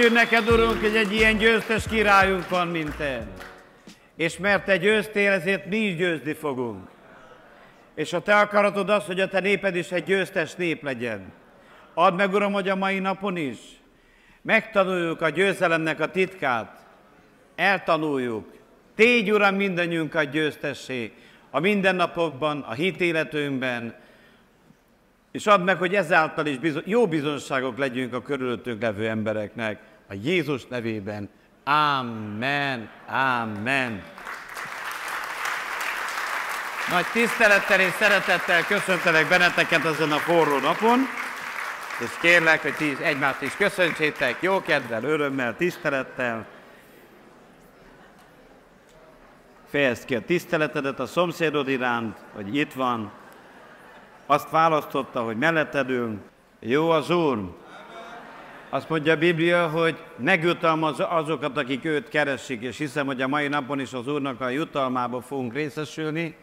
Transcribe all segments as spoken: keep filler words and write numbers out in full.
Köszönjük neked, Urunk, hogy egy ilyen győztes királyunk van, mint te. És mert te győztél, ezért mi is győzni fogunk. És a te akaratod az, hogy a te néped is egy győztes nép legyen. Add meg, Uram, hogy a mai napon is megtanuljuk a győzelemnek a titkát, eltanuljuk. Tégy, Uram, mindannyiunkat győztessé a mindennapokban, a hitéletünkben, és add meg, hogy ezáltal is bizony, jó bizonságok legyünk a körülöttünk levő embereknek. A Jézus nevében. Amen. Amen. Nagy tisztelettel és szeretettel köszöntelek benneteket ezen a forró napon, és kérlek, hogy ti is egymást is köszöntsétek, jó kedvel, örömmel, tisztelettel. Fejezd ki a tiszteletedet a szomszédod iránt, hogy itt van. Azt választotta, hogy melletted ül. Jó az Úr. Azt mondja a Biblia, hogy megjutalmazza azokat, akik őt keresik, és hiszem, hogy a mai napon is az Úrnak a jutalmába fogunk részesülni,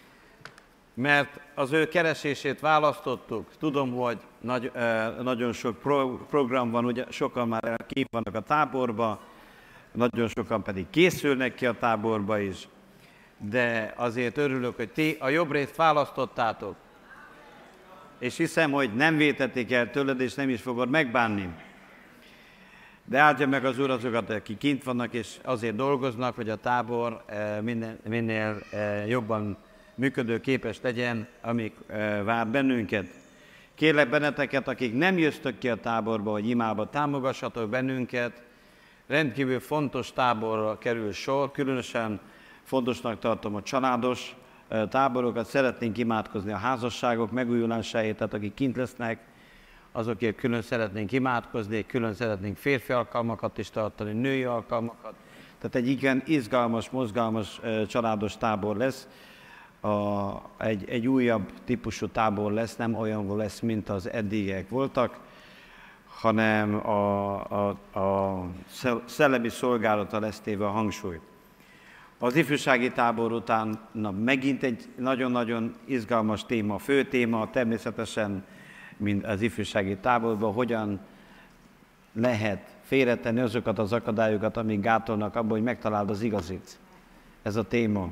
mert az ő keresését választottuk. Tudom, hogy nagy, eh, nagyon sok pro, program van, ugye sokan már kint vannak a táborba, nagyon sokan pedig készülnek ki a táborba is, de azért örülök, hogy ti a jobb részt választottátok, és hiszem, hogy nem vétették el tőled, és nem is fogod megbánni. De áldja meg az Úr azokat, akik kint vannak, és azért dolgoznak, hogy a tábor minél, minél jobban működőképes legyen, amíg vár bennünket. Kérlek benneteket, akik nem jöztök ki a táborba, hogy imába támogassatok bennünket. Rendkívül fontos táborra kerül sor, különösen fontosnak tartom a családos táborokat. Szeretnénk imádkozni a házasságok megújulásáért, tehát akik kint lesznek, azokért külön szeretnénk imádkozni, külön szeretnénk férfi alkalmakat is tartani, női alkalmakat. Tehát egy igen izgalmas, mozgalmas családos tábor lesz. A, egy, egy újabb típusú tábor lesz, nem olyan lesz, mint az eddigiek voltak, hanem a, a, a szellemi szolgálata lesz téve a hangsúly. Az ifjúsági tábor után na, megint egy nagyon-nagyon izgalmas téma, fő téma természetesen, mint az ifjúsági táborban, hogyan lehet félretenni azokat az akadályokat, amik gátolnak abban, hogy megtaláld az igazit. Ez a téma.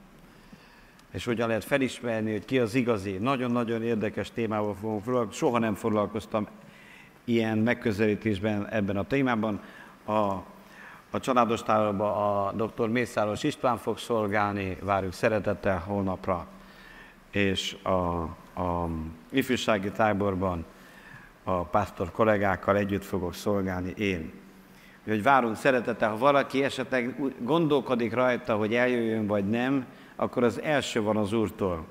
És hogyan lehet felismerni, hogy ki az igazi. Nagyon-nagyon érdekes témával fogunk foglalkozni. Soha nem foglalkoztam ilyen megközelítésben ebben a témában. A, a családos táborban a doktor Mészáros István fog szolgálni, várjuk szeretettel holnapra. És a, a ifjúsági táborban a pásztor kollégákkal együtt fogok szolgálni én. Úgyhogy várunk szeretettel, ha valaki esetleg gondolkodik rajta, hogy eljöjjön vagy nem, akkor az első van az Úrtól.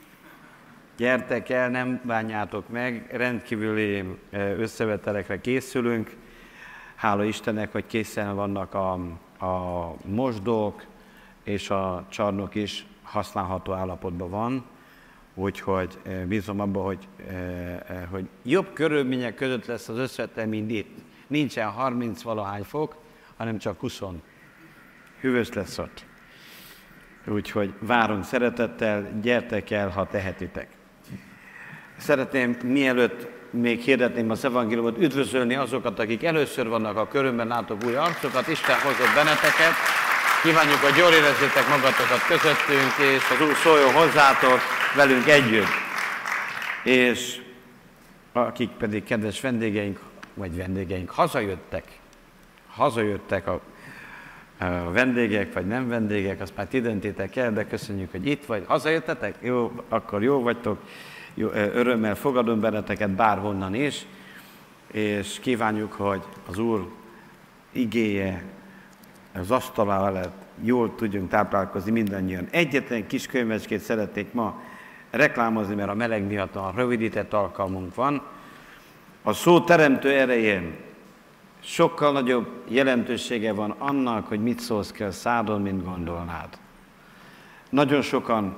Gyertek el, nem bánjátok meg, rendkívüli összevetelekre készülünk. Hála Istennek, hogy készen vannak a, a mosdók, és a csarnok is használható állapotban van. Úgyhogy bízom abban, hogy, hogy jobb körülmények között lesz az összevetel, mint itt. Nincsen harminc-valahány fok, hanem csak húsz. Hűvös lesz ott. Úgyhogy várunk szeretettel, gyertek el, ha tehetitek. Szeretném, mielőtt még hirdetném az evangéliumot, üdvözölni azokat, akik először vannak a körünkben, látok új arcokat, Isten hozott benneteket. Kívánjuk, hogy jól érezzétek magatokat közöttünk, és az Úr szóljon hozzátok velünk együtt. És akik pedig kedves vendégeink, vagy vendégeink hazajöttek, hazajöttek a A vendégek, vagy nem vendégek, azt már ti döntétek el, de köszönjük, hogy itt vagy. Hazajöttetek? Jó, akkor jó vagytok. Jó, örömmel fogadom benneteket bárhonnan is, és kívánjuk, hogy az Úr igéje az asztal alatt jól tudjunk táplálkozni mindannyian. Egyetlen kis könyvecskét szeretnék ma reklámozni, mert a meleg miatt a rövidített alkalmunk van. A szó teremtő erején sokkal nagyobb jelentősége van annak, hogy mit szólsz ki a szádon, mint gondolnád. Nagyon sokan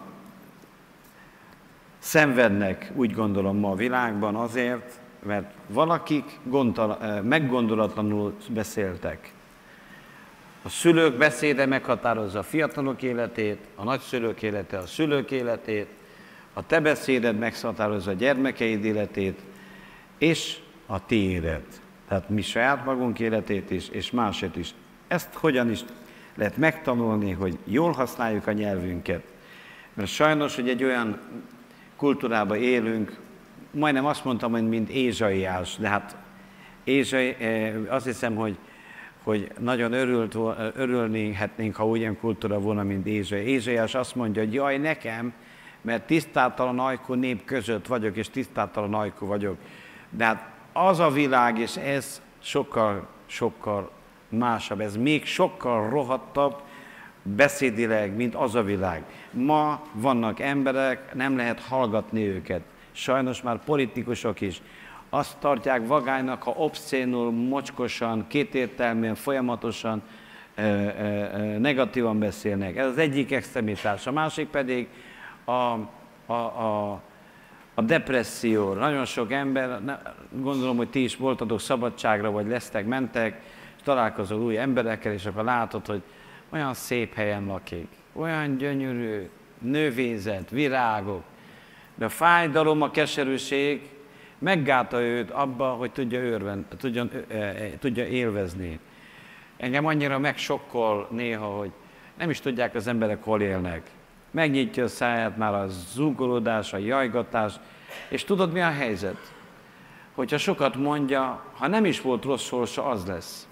szenvednek, úgy gondolom, ma a világban azért, mert valakik gondol, meggondolatlanul beszéltek. A szülők beszéde meghatározza a fiatalok életét, a nagyszülők élete a szülők életét, a te beszéded meghatározza a gyermekeid életét, és a tiédet. Tehát mi saját magunk életét is, és másét is. Ezt hogyan is lehet megtanulni, hogy jól használjuk a nyelvünket. Mert sajnos, hogy egy olyan kultúrában élünk, majdnem azt mondtam, hogy mint Ézsaiás, de hát Ézsai, azt hiszem, hogy, hogy nagyon örült, örülnéhetnénk, ha olyan kultúra volna, mint Ézsai. Ézsaiás azt mondja, hogy jaj nekem, mert tisztátalan ajkú nép között vagyok, és tisztátalan ajkú vagyok. De hát az a világ, és ez sokkal, sokkal másabb, ez még sokkal rohadtabb beszédileg, mint az a világ. Ma vannak emberek, nem lehet hallgatni őket. Sajnos már politikusok is azt tartják vagánynak, ha obszénul, mocskosan, kétértelműen, folyamatosan ö, ö, ö, negatívan beszélnek. Ez az egyik extremitás. A másik pedig a, a, a, a depresszió. Nagyon sok ember, gondolom, hogy ti is voltatok szabadságra, vagy lesztek, mentek, és találkozol új emberekkel, és akkor látod, hogy olyan szép helyen lakik, olyan gyönyörű növényzet, virágok, de a fájdalom, a keserűség meggátja őt abba, hogy tudja, őrven, tudjon, tudja élvezni. Engem annyira megsokkol néha, hogy nem is tudják az emberek, hol élnek. Megnyitja a száját már a zúgolódás, a jajgatás, és tudod, mi a helyzet? Hogyha sokat mondja, ha nem is volt rossz sorsa, az lesz.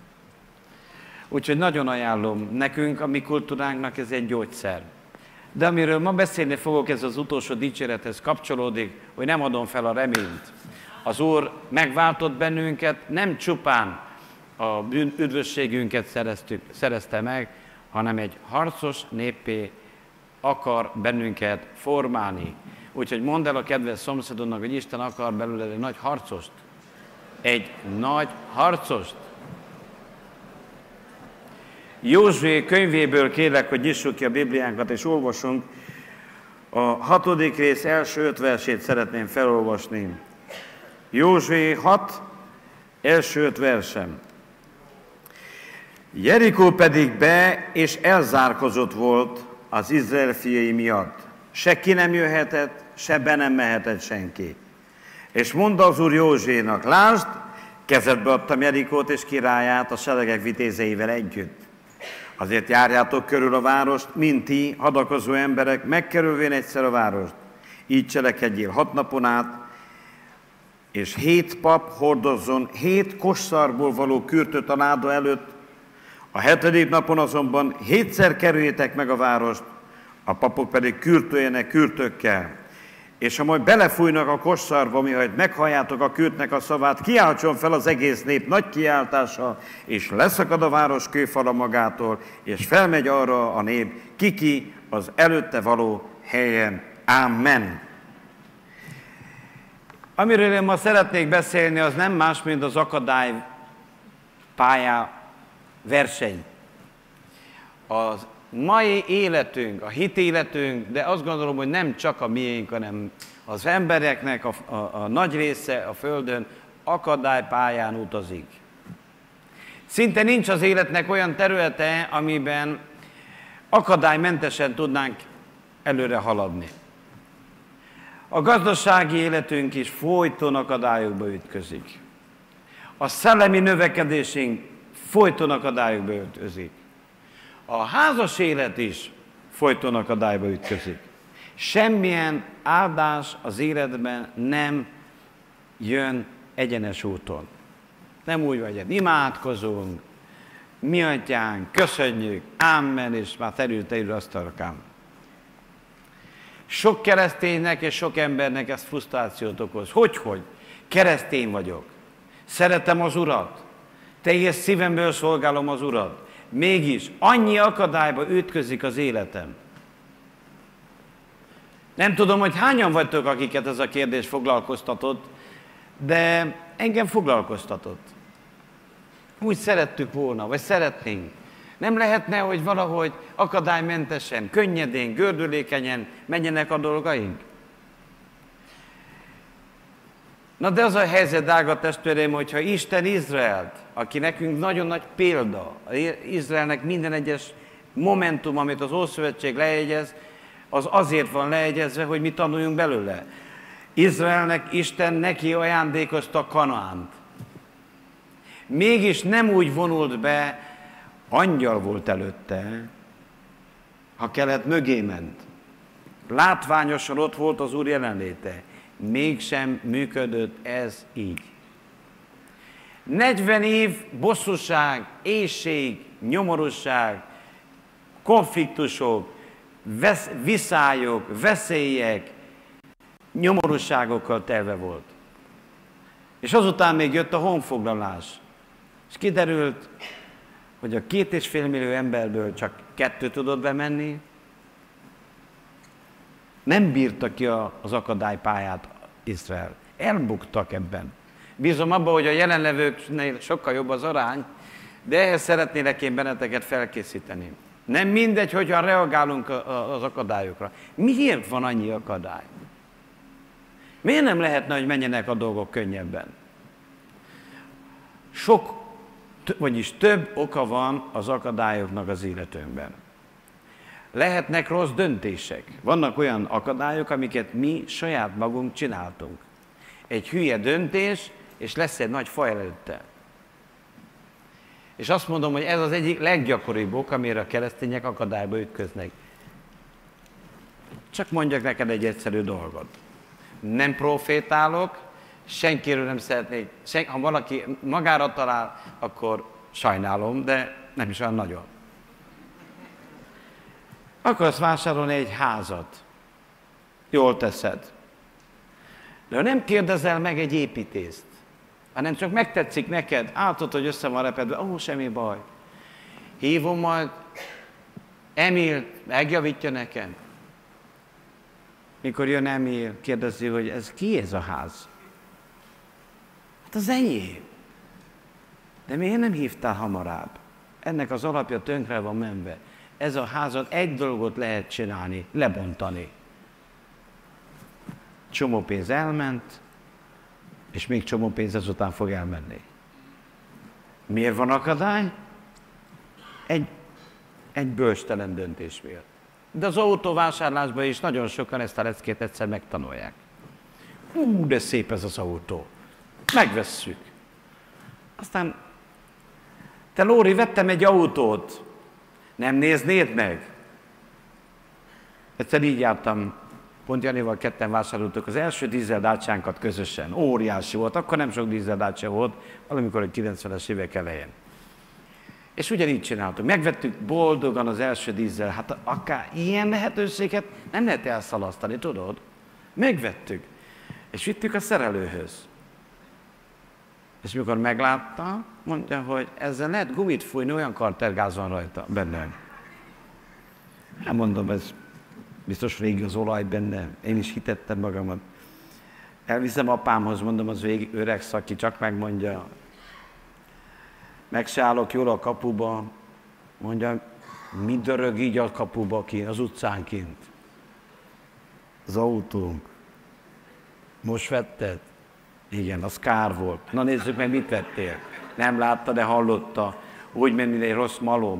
Úgyhogy nagyon ajánlom nekünk, a mi kultúránknak ez egy gyógyszer. De amiről ma beszélni fogok, ez az utolsó dicsérethez kapcsolódik, hogy nem adom fel a reményt. Az Úr megváltott bennünket, nem csupán a bűn üdvösségünket szereztük, szerezte meg, hanem egy harcos néppé akar bennünket formálni. Úgyhogy mondd el a kedves szomszédodnak, hogy Isten akar belőle egy nagy harcost. Egy nagy harcost. Józsué könyvéből kérlek, hogy nyissuk ki a Bibliánkat, és olvasunk. A hatodik rész első öt versét szeretném felolvasni. Józsué hat, első öt versem. Jerikó pedig be, és elzárkozott volt az Izrael fiai miatt. Se ki nem jöhetett, se be nem mehetett senki. És mondta az Úr Józsuénak, lásd, kezedbe adtam Jerikót és királyát a seregek vitézeivel együtt. Azért járjátok körül a várost, mint ti, hadakozó emberek, megkerülvén egyszer a várost. Így cselekedjél hat napon át, és hét pap hordozzon hét kosszarból való kürtöt a láda előtt. A hetedik napon azonban hétszer kerüljétek meg a várost, a papok pedig kürtöljenek kürtökkel. És ha majd belefújnak a kosszarba, mihelyt meghalljátok a kürtnek a szavát, kiáltson fel az egész nép nagy kiáltása, és leszakad a város kőfala magától, és felmegy arra a nép, kiki az előtte való helyen. Amen. Amiről én ma szeretnék beszélni, az nem más, mint az akadály pályá verseny. Az mai életünk, a hitéletünk, de azt gondolom, hogy nem csak a miénk, hanem az embereknek a, a, a nagy része a Földön akadálypályán utazik. Szinte nincs az életnek olyan területe, amiben akadálymentesen tudnánk előre haladni. A gazdasági életünk is folyton akadályokba ütközik. A szellemi növekedésünk folyton akadályokba ütközik. A házas élet is folyton akadályba ütközik. Semmilyen áldás az életben nem jön egyenes úton. Nem úgy vagy, hogy imádkozunk, mi atyánk, köszönjük, ámen, és már terült terül azt a rakám. Sok kereszténynek és sok embernek ez frusztrációt okoz. Hogyhogy? Keresztény vagyok. Szeretem az Urat. Teljes szívemből szolgálom az Urat. Mégis annyi akadályba ütközik az életem. Nem tudom, hogy hányan vagytok, akiket ez a kérdés foglalkoztatott, de engem foglalkoztatott. Úgy szerettük volna, vagy szeretnénk. Nem lehetne, hogy valahogy akadálymentesen, könnyedén, gördülékenyen menjenek a dolgaink? Na de az a helyzet, drága testvéreim, hogyha Isten Izraelt, aki nekünk nagyon nagy példa, Izraelnek minden egyes momentum, amit az Ószövetség lejegyez, az azért van lejegyezve, hogy mi tanuljunk belőle. Izraelnek Isten neki ajándékozta Kanaánt. Mégis nem úgy vonult be, angyal volt előtte, ha kellett, mögé ment. Látványosan ott volt az Úr jelenléte. Mégsem működött ez így. negyven év bosszúság, éhség, nyomorúság, konfliktusok, vesz, viszályok, veszélyek, nyomorúságokkal telve volt. És azután még jött a honfoglalás. És kiderült, hogy a két és fél millió emberből csak kettő tudott bemenni, nem bírta ki az akadálypályát Izrael. Elbuktak ebben. Bízom abban, hogy a jelenlevőknél sokkal jobb az arány, de ehhez szeretnélek én benneteket felkészíteni. Nem mindegy, hogyan reagálunk az akadályokra. Miért van annyi akadály? Miért nem lehetne, hogy menjenek a dolgok könnyebben? Sok, vagyis több oka van az akadályoknak az életünkben. Lehetnek rossz döntések. Vannak olyan akadályok, amiket mi saját magunk csináltunk. Egy hülye döntés, és lesz egy nagy fa előtte. És azt mondom, hogy ez az egyik leggyakoribb ok, amire a keresztények akadályba ütköznek. Csak mondjak neked egy egyszerű dolgot. Nem profétálok, senkiről nem szeretnék, sen, ha valaki magára talál, akkor sajnálom, de nem is olyan nagyon. Akarsz vásárolni egy házat. Jól teszed. De ha nem kérdezel meg egy építészt, hanem csak megtetszik neked, átod, hogy össze van repedve, ó, semmi baj. Hívom majd, Emil megjavítja nekem. Mikor jön Emil, kérdezi, hogy ez ki ez a ház? Hát az enyém. De miért nem hívtál hamarabb? Ennek az alapja tönkre van menve. Ez a házat egy dolgot lehet csinálni, lebontani. Csomó pénz elment, és még csomó pénz ezután fog elmenni. Miért van akadály? Egy, egy bölcstelen döntés miatt. De az autóvásárlásban is nagyon sokan ezt a leckét egyszer megtanulják. Hú, de szép ez az autó. Megvesszük. Aztán, te Lóri, vettem egy autót. Nem néznéd meg? Egyszer így jártam, pont Janival ketten vásároltuk az első dízel Dacia-nkat közösen. Óriási volt, akkor nem sok dízel Dacia volt, valamikor a kilencvenes évek elején. És ugyanígy csináltuk. Megvettük boldogan az első dízel. Hát akár ilyen lehetőséget nem lehet elszalasztani, tudod? Megvettük. És vittük a szerelőhöz. És mikor meglátta, mondja, hogy ezzel lehet gumit fújni, olyan kartergáz van rajta benne. Hát mondom, ez biztos régi az olaj benne. Én is hitettem magamat. Elviszem apámhoz, mondom, az végig öreg szaki, csak megmondja. Meg se állok jól a kapuba. Mondja, mi dörög így a kapuba kint, az utcán kint? Az autónk. Most vetted? Igen, az kár volt. Na nézzük meg, mit vettél. Nem látta, de hallotta. Úgy ment, mint egy rossz malom.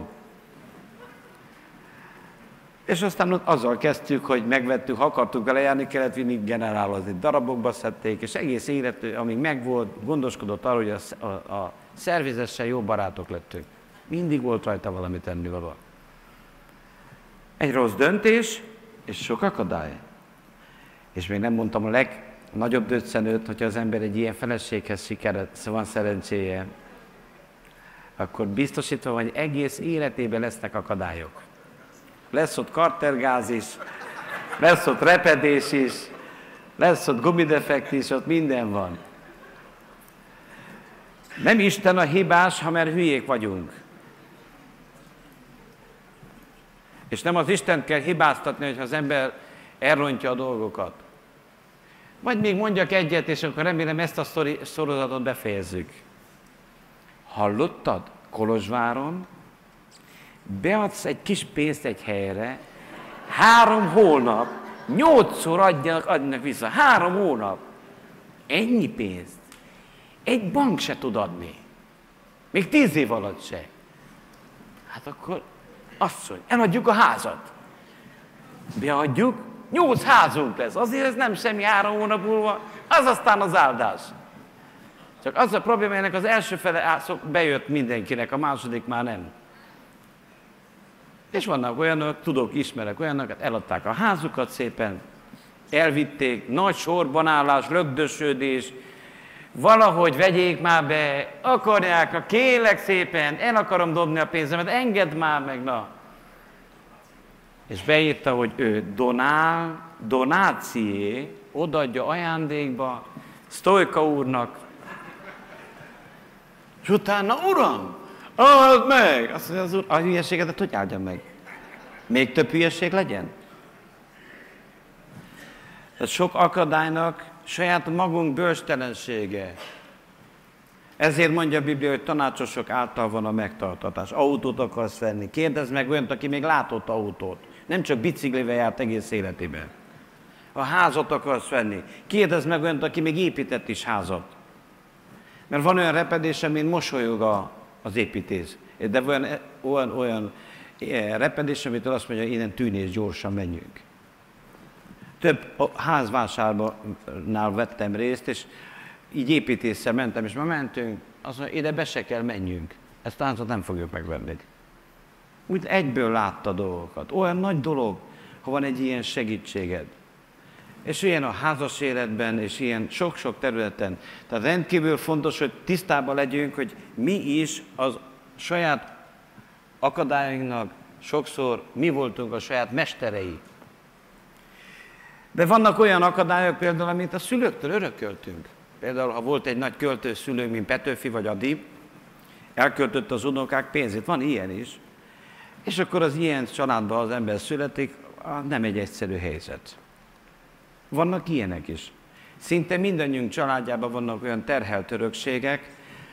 És aztán azzal kezdtük, hogy megvettük, ha akartunk vele járni, kellett vinni generálozni. Darabokba szedték, és egész élet, amíg megvolt, gondoskodott arról, hogy a, a, a szervizessel jó barátok lettünk. Mindig volt rajta valami tennivaló. Egy rossz döntés, és sok akadály. És még nem mondtam a legnagyobb döccenőt, hogyha az ember egy ilyen feleséghez sikeret, van szerencséje, akkor biztosítva van, hogy egész életében lesznek akadályok. Lesz ott kartergáz is, lesz ott repedés is, lesz ott gumidefekt is, ott minden van. Nem Isten a hibás, ha mert hülyék vagyunk. És nem az Istent kell hibáztatni, hogyha az ember elrontja a dolgokat. Vagy még mondjak egyet, és akkor remélem ezt a sorozatot befejezzük. Hallottad? Kolozsváron beadsz egy kis pénzt egy helyre, három hónap, nyolcszor adjanak, adnak vissza. Három hónap. Ennyi pénzt. Egy bank se tud adni. Még tíz év alatt se. Hát akkor asszony, eladjuk a házat. Beadjuk, nyolc házunk lesz. Azért ez nem semmi három hónap múlva, az aztán az áldás. Csak az a probléma, ennek az első fele bejött mindenkinek, a második már nem. És vannak olyanok, tudok, ismerek olyanokat, eladták a házukat szépen, elvitték, nagy sorbanállás, rögdösödés, valahogy vegyék már be, akarják, a kélek szépen, el akarom dobni a pénzemet, engedd már meg, na. És beírta, hogy ő donál, donácié, odaadja ajándékba, Sztojka úrnak. És utána, uram, add meg! Azt mondja az úr, a hülyeségedet hogy áldjam meg? Még több hülyeség legyen? Tehát sok akadálynak saját magunk bölcstelensége. Ezért mondja a Biblia, hogy tanácsosok által van a megtartatás. Autót akarsz venni, kérdezd meg olyant, aki még látott autót. Nem csak biciklivel járt egész életében. Ha házat akarsz venni, kérdezd meg olyant, aki még épített is házat. Mert van olyan repedése, mint mosolyog a, az építész. De olyan, olyan, olyan repedés, amitől azt mondja, innen tűnés, gyorsan menjünk. Több házvásárnál vettem részt, és így építéssel mentem, és ma mentünk, azt mondja, ide be se kell menjünk. Ezt a házat nem fogjuk megvenni. Úgy egyből látta dolgokat. Olyan nagy dolog, ha van egy ilyen segítséged. És ilyen a házas életben, és ilyen sok-sok területen. Tehát rendkívül fontos, hogy tisztában legyünk, hogy mi is az saját akadályainknak sokszor mi voltunk a saját mesterei. De vannak olyan akadályok például, amit a szülőktől örököltünk. Például, ha volt egy nagy költő szülőnk, mint Petőfi vagy Adi, elköltött az unokák pénzét, van ilyen is. És akkor az ilyen családban az ember születik, nem egy egyszerű helyzet. Vannak ilyenek is. Szinte mindannyiunk családjában vannak olyan terhelt örökségek,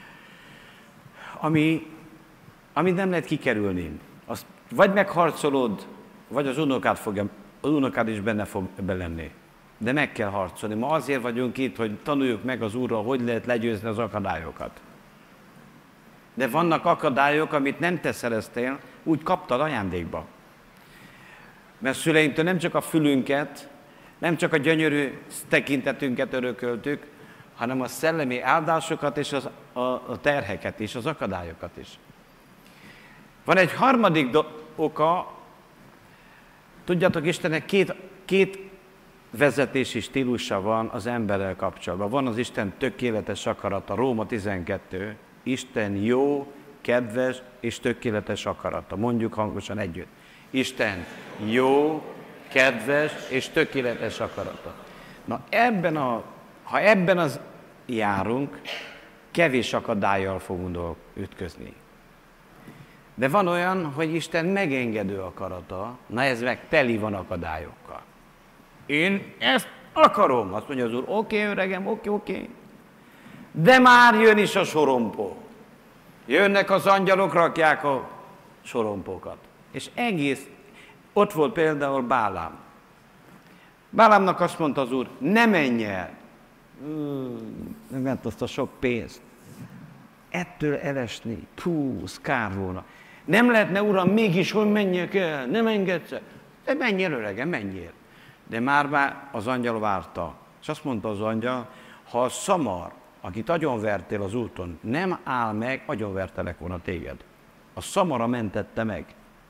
ami, ami nem lehet kikerülni. Azt vagy megharcolod, vagy az unokád, fogja, az unokád is benne fog belenni. De meg kell harcolni. Ma azért vagyunk itt, hogy tanuljuk meg az Úrral, hogy lehet legyőzni az akadályokat. De vannak akadályok, amit nem te szereztél, úgy kaptad ajándékba. Mert szüleimtől nem csak a fülünket, nem csak a gyönyörű tekintetünket örököltük, hanem a szellemi áldásokat és az, a, a terheket is, az akadályokat is. Van egy harmadik do- oka, tudjátok, Istennek két, két vezetési stílusa van az emberrel kapcsolatban. Van az Isten tökéletes akarata, Róma tizenkettő, Isten jó, kedves és tökéletes akarata. Mondjuk hangosan együtt. Isten jó, kedves és tökéletes akarata. Na ebben a, ha ebben az járunk, kevés akadállyal fogunk ütközni. De van olyan, hogy Isten megengedő akarata, na ez meg teli van akadályokkal. Én ezt akarom, azt mondja az Úr, oké, okay, öregem, oké, okay, oké. Okay. De már jön is a sorompó. Jönnek az angyalok, rakják a sorompókat. És egész, ott volt például Bálám. Bálámnak azt mondta az Úr, ne menj el. Nem ment azt a sok pénzt. Ettől elesni, pú, az kár volna. Nem lehetne, Uram, mégis hogy menjek el, nem engedsz el. De menjél, öregem, menjél. De már, már az angyal várta. És azt mondta az angyal, ha a szamar, akit agyonvertél az úton, nem áll meg, agyonvertelek volna téged. A szamara mentette meg.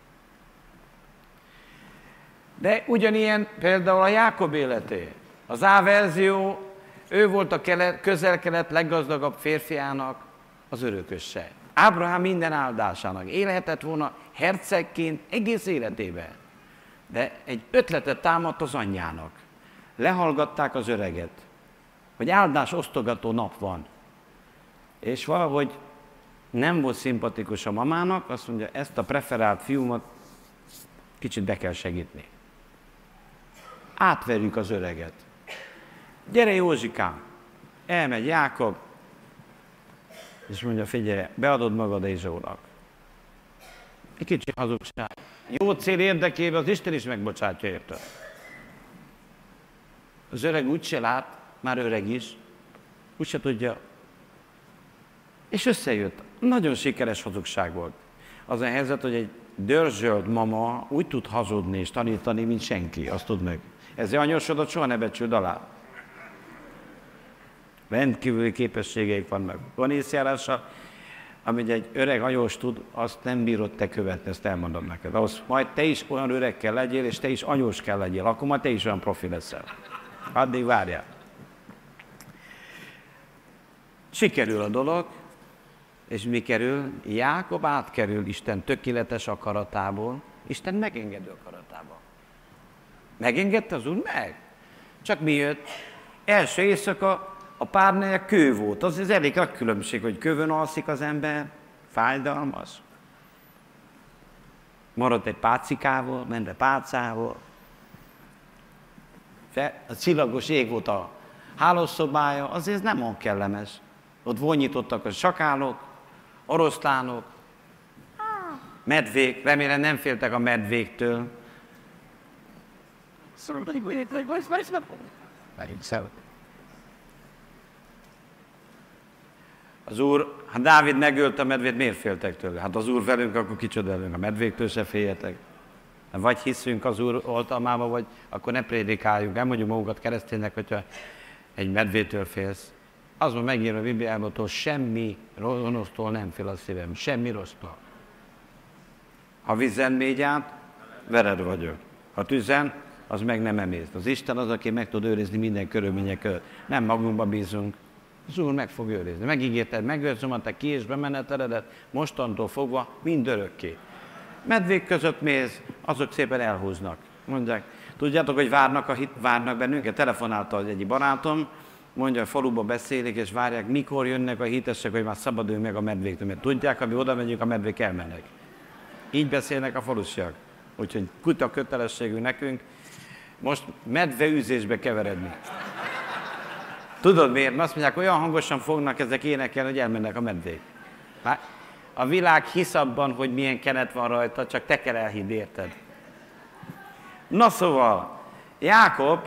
De ugyanilyen például a Jákob életé. Az A verzió, ő volt a kelet, közel-kelet leggazdagabb férfiának az örököse. Ábrahám minden áldásának. Élhetett volna hercegként egész életében. De egy ötletet támadt az anyjának. Lehallgatták az öreget, hogy áldás osztogató nap van. És valahogy nem volt szimpatikus a mamának, azt mondja, ezt a preferált fiúmat kicsit be kell segíteni. Átverjük az öreget. Gyere Józsikám! Elmegy Jákob, és mondja, figyelj, beadod magad Ézsónak. Egy kicsi hazugság. Jó cél érdekében az Isten is megbocsátja, érted? Az öreg úgyse lát, már öreg is, úgyse tudja. És összejött. Nagyon sikeres hazugság volt. Az a helyzet, hogy egy dörzsölt mama úgy tud hazudni és tanítani, mint senki, azt tud meg. Ezzel anyósodat soha ne becsüld alá. rendkívüli képességeik vannak. Van észjárása, amit egy öreg anyós tud, azt nem bírod te követni, ezt elmondom neked. Ahhoz majd te is olyan öreg kell legyél, és te is anyós kell legyél, akkor majd te is olyan profi leszel. Addig várjál. Sikerül a dolog, és mi kerül? Jákob átkerül Isten tökéletes akaratából, Isten megengedő akaratába. Megengedte az Úr? Meg. Csak mi jött? Első éjszaka a párnája kő volt. Az, az elég a különbség, hogy kövön alszik az ember, fájdalmas. Maradt egy pácikával, ment a pácával. A csillagos ég volt a hálószobája, azért nem olyan kellemes. Ott vonnyítottak a sakálok, oroszlánok, medvék, remélem nem féltek a medvéktől. Az Úr, hát Dávid megölte a medvét, miért féltek tőle? Hát az Úr velünk, akkor kicsoda velünk, a medvéktől se féljetek. Vagy hiszünk az Úr oltalmába, vagy akkor ne prédikáljunk, nem mondjuk magunkat kereszténynek, hogyha egy medvétől félsz. Az van megírva a Bibliában, hogy semmi gonosztól nem fél a szívem, semmi rossztól. Ha vízen mégy át, vered vagyok. Ha tüzen, az meg nem emészt. Az Isten az, aki meg tud őrizni minden körülmények között. Nem magunkba bízunk. Az Úr meg fog őrizni. Megígérted, megőrzöm a te ki- és bemeneteredet, mostantól fogva mindörökké. Medvék között mész, azok szépen elhúznak. Mondják, tudjátok, hogy várnak, a hit, várnak bennünket? Telefonálta az egyik barátom, mondja, a faluba beszélik, és várják, mikor jönnek a hitesek, hogy már szabaduljunk meg a medvéktől. Mert tudják, ha mi oda megyünk, a medvék elmennek. Így beszélnek a falusiak. Úgyhogy kutya kötelességünk nekünk most medveűzésbe keveredni. Tudod miért? Mert azt mondják, olyan hangosan fognak ezek énekelni, hogy elmennek a medvék. Hát, a világ hisz abban, hogy milyen kenet van rajta, csak te kell elhidd, érted? Na szóval, Jákob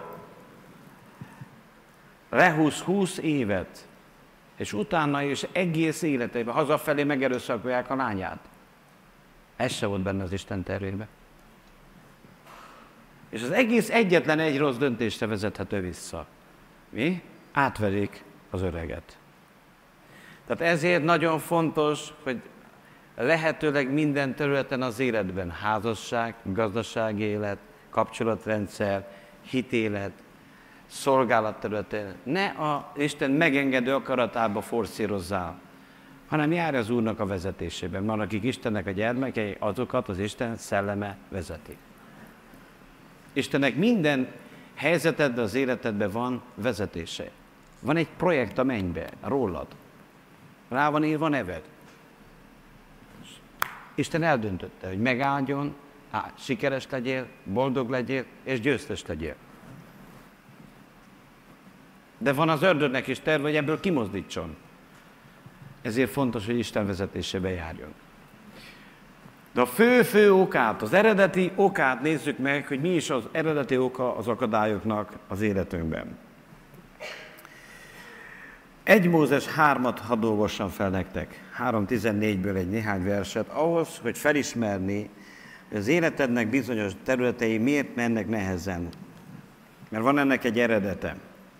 lehúz húsz évet, és utána is egész életében hazafelé megerőszakolják a lányát. Ez se volt benne az Isten tervében. És az egész egyetlen egy rossz döntésre vezethető vissza. Mi? Átverik az öreget. Tehát ezért nagyon fontos, hogy lehetőleg minden területen az életben, házasság, gazdasági élet, kapcsolatrendszer, hitélet, szolgálat területén, ne a Isten megengedő akaratába forszírozzál, hanem járj az Úrnak a vezetésében. Mert akik Istennek a gyermekei, azokat az Isten szelleme vezeti. Istennek minden helyzetedben, az életedben van vezetése. Van egy projekt a mennybe, rólad. Rá van írva neved. Isten eldöntötte, hogy megáldjon, á, sikeres legyél, boldog legyél, és győztes legyél. De van az ördögnek is terve, hogy ebből kimozdítson. Ezért fontos, hogy Isten vezetésébe járjon. De a fő-fő okát, az eredeti okát nézzük meg, hogy mi is az eredeti oka az akadályoknak az életünkben. egy Mózes hármat hadd olvassam fel nektek, három tizennégyből egy néhány verset, ahhoz, hogy felismerni, hogy az életednek bizonyos területei miért mennek nehezen. Mert van ennek egy eredete.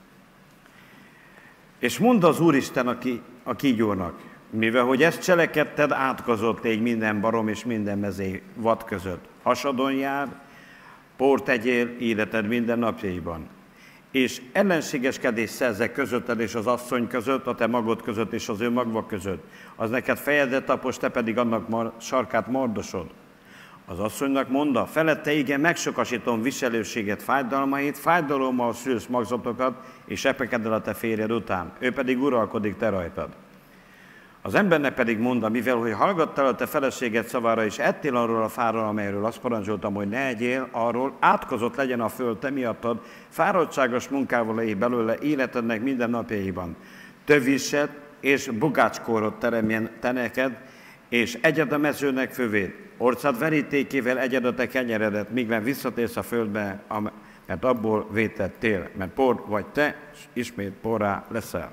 És mondta az Úristen a, ki, a kígyónak, mivel hogy ezt cselekedted, átkozott légy minden barom és minden mezé vad között. Hasadon jár, port tegyél életed minden napjaiban. És ellenségeskedés szerzek közötted és az asszony között, a te magod között és az ő magva között. Az neked fejedet tapos, te pedig annak mar- sarkát mordosod. Az asszonynak mondta, felette igen, megsokasítom viselőséget, fájdalmait, fájdalommal szülsz magzatokat, és sepeked el a te férjed után. Ő pedig uralkodik te rajtad. Az embernek pedig mondta, mivel hogy hallgattál a te feleséged szavára, és ettél arról a fáról, amelyről azt parancsoltam, hogy ne egyél, arról átkozott legyen a föld te miattad, fáradtságos munkával éj belőle életednek minden napjaiban. Töviset és bugácskórot teremjen te neked, és egyed a mezőnek fövét, orcád verítékével egyed a te kenyeredet, míg nem visszatérsz a földbe, mert abból vétettél, mert por vagy te, és ismét porrá leszel.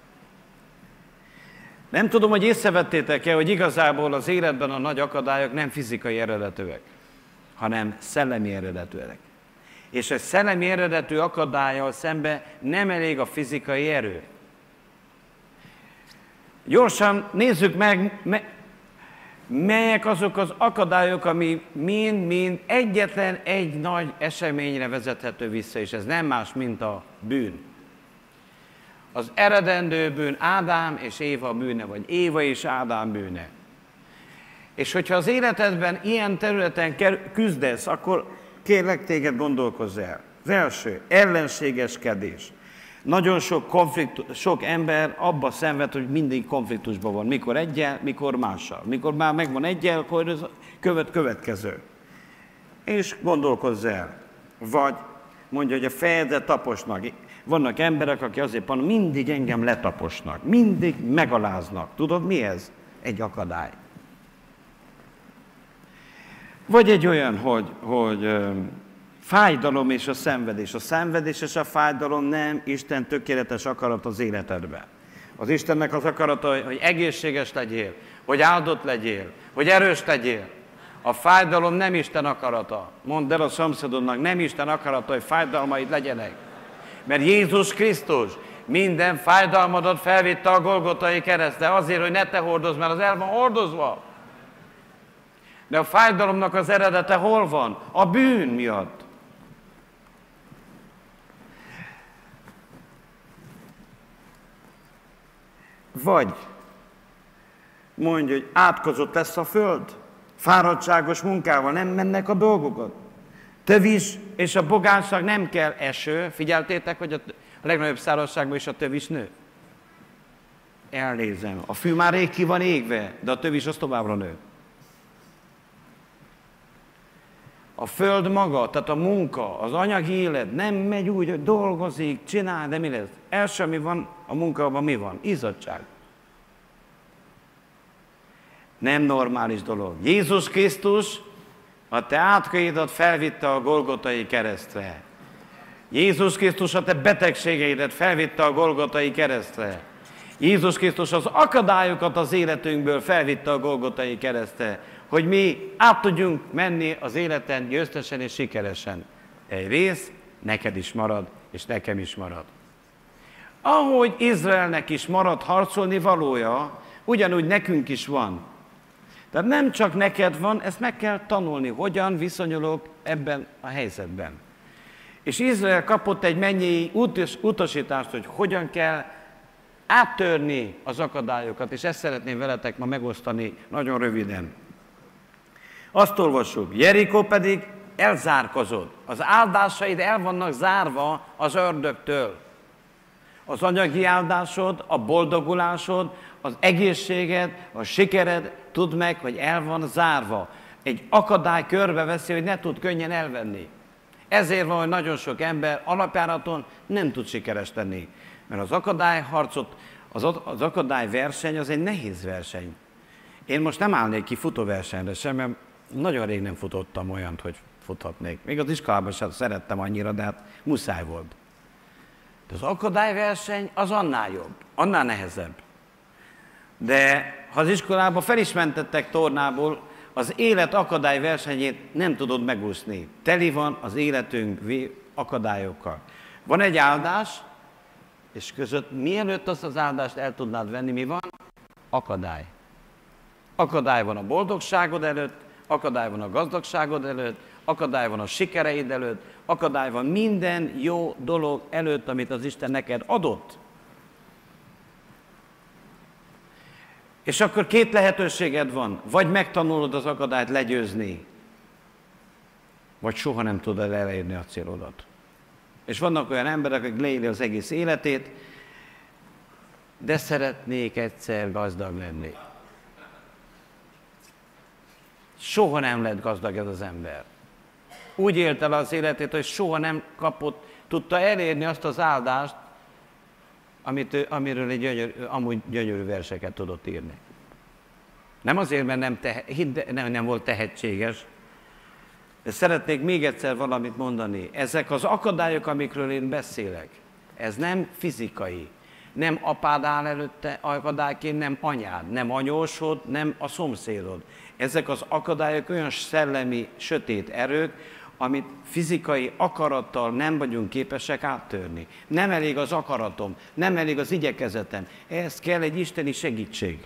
Nem tudom, hogy észrevettétek-e, hogy igazából az életben a nagy akadályok nem fizikai eredetűek, hanem szellemi eredetűek. És a szellemi eredetű akadállyal szemben nem elég a fizikai erő. Gyorsan nézzük meg, me, melyek azok az akadályok, ami mind-mind egyetlen egy nagy eseményre vezethető vissza, és ez nem más, mint a bűn. Az eredendő bűn Ádám és Éva bűne, vagy Éva és Ádám bűne. És hogyha az életedben ilyen területen küzdesz, akkor kérlek téged, gondolkozz el. Az első, ellenségeskedés. Nagyon sok, konfliktus, sok ember abba szenved, hogy mindig konfliktusban van. Mikor egyel, mikor mással. Mikor már megvan egyel, akkor ez követ következő. És gondolkozz el. Vagy mondja, hogy a fejedet taposnak. Vannak emberek, akik azért van, mindig engem letaposnak. Mindig megaláznak. Tudod mi ez? Egy akadály. Vagy egy olyan, hogy, hogy ö, fájdalom és a szenvedés. A szenvedés és a fájdalom nem Isten tökéletes akarat az életedben. Az Istennek az akarata, hogy egészséges legyél, hogy áldott legyél, hogy erős legyél. A fájdalom nem Isten akarata. Mondd el a szomszédodnak, nem Isten akarata, hogy fájdalmaid legyenek. Mert Jézus Krisztus minden fájdalmadat felvitte a Golgotai keresztre azért, hogy ne te hordozz, mert az el van hordozva. De a fájdalomnak az eredete hol van? A bűn miatt. Vagy mondja, hogy átkozott lesz a föld, fáradtságos munkával nem mennek a dolgokat. Tövis és a bogánság nem kell eső. Figyeltétek, hogy a legnagyobb szárazságban is a tövis nő? Elnézem. A fű már rég ki van égve, de a tövis az továbbra nő. A föld maga, tehát a munka, az anyagi élet nem megy úgy, hogy dolgozik, csinál, de mi lesz? Első, ami van a munkában, mi van? Izzadság. Nem normális dolog. Jézus Krisztus a te átkaidat felvitte a Golgotai keresztre. Jézus Krisztus a te betegségeidet felvitte a Golgotai keresztre. Jézus Krisztus az akadályokat az életünkből felvitte a Golgotai keresztre, hogy mi át tudjunk menni az életen győztesen és sikeresen. Egy rész neked is marad, és nekem is marad. Ahogy Izraelnek is marad harcolni valója, ugyanúgy nekünk is van. Tehát nem csak neked van, ezt meg kell tanulni, hogyan viszonyulok ebben a helyzetben. És Izrael kapott egy mennyei utas, utasítást, hogy hogyan kell áttörni az akadályokat, és ezt szeretném veletek ma megosztani nagyon röviden. Azt olvassuk, Jerikó pedig elzárkozott. Az áldásaid el vannak zárva az ördögtől. Az anyagi áldásod, a boldogulásod, az egészséged, a sikered, tudd meg, hogy el van zárva. Egy akadály körbeveszi, hogy ne tud könnyen elvenni. Ezért van, hogy nagyon sok ember alapjáraton nem tud sikeres lenni. Mert az akadályharcot, az, az akadályverseny az egy nehéz verseny. Én most nem állnék ki futóversenyre sem, mert nagyon rég nem futottam olyant, hogy futhatnék. Még az iskolában sem szerettem annyira, de hát muszáj volt. De az akadályverseny az annál jobb, annál nehezebb. De ha az iskolában fel is mentettek tornából, az élet akadályversenyét nem tudod megúszni. Teli van az életünk akadályokkal. Van egy áldás, és között mielőtt azt az áldást el tudnád venni, mi van? Akadály. Akadály van a boldogságod előtt, akadály van a gazdagságod előtt, akadály van a sikereid előtt, akadály van minden jó dolog előtt, amit az Isten neked adott. És akkor két lehetőséged van, vagy megtanulod az akadályt legyőzni, vagy soha nem tudod elérni a célodat. És vannak olyan emberek, akik leéli az egész életét, de szeretnék egyszer gazdag lenni. Soha nem lett gazdag ez az ember. Úgy élte el az életét, hogy soha nem kapott, tudta elérni azt az áldást, amit ő, amiről egy gyönyörű, amúgy gyönyörű verseket tudott írni. Nem azért, mert nem, tehe, hidd, nem, nem volt tehetséges, de szeretnék még egyszer valamit mondani. Ezek az akadályok, amikről én beszélek, ez nem fizikai. Nem apád áll előtte akadályként, nem anyád, nem anyósod, nem a szomszédod. Ezek az akadályok olyan szellemi, sötét erők, amit fizikai akarattal nem vagyunk képesek áttörni. Nem elég az akaratom, nem elég az igyekezetem. Ehhez kell egy isteni segítség.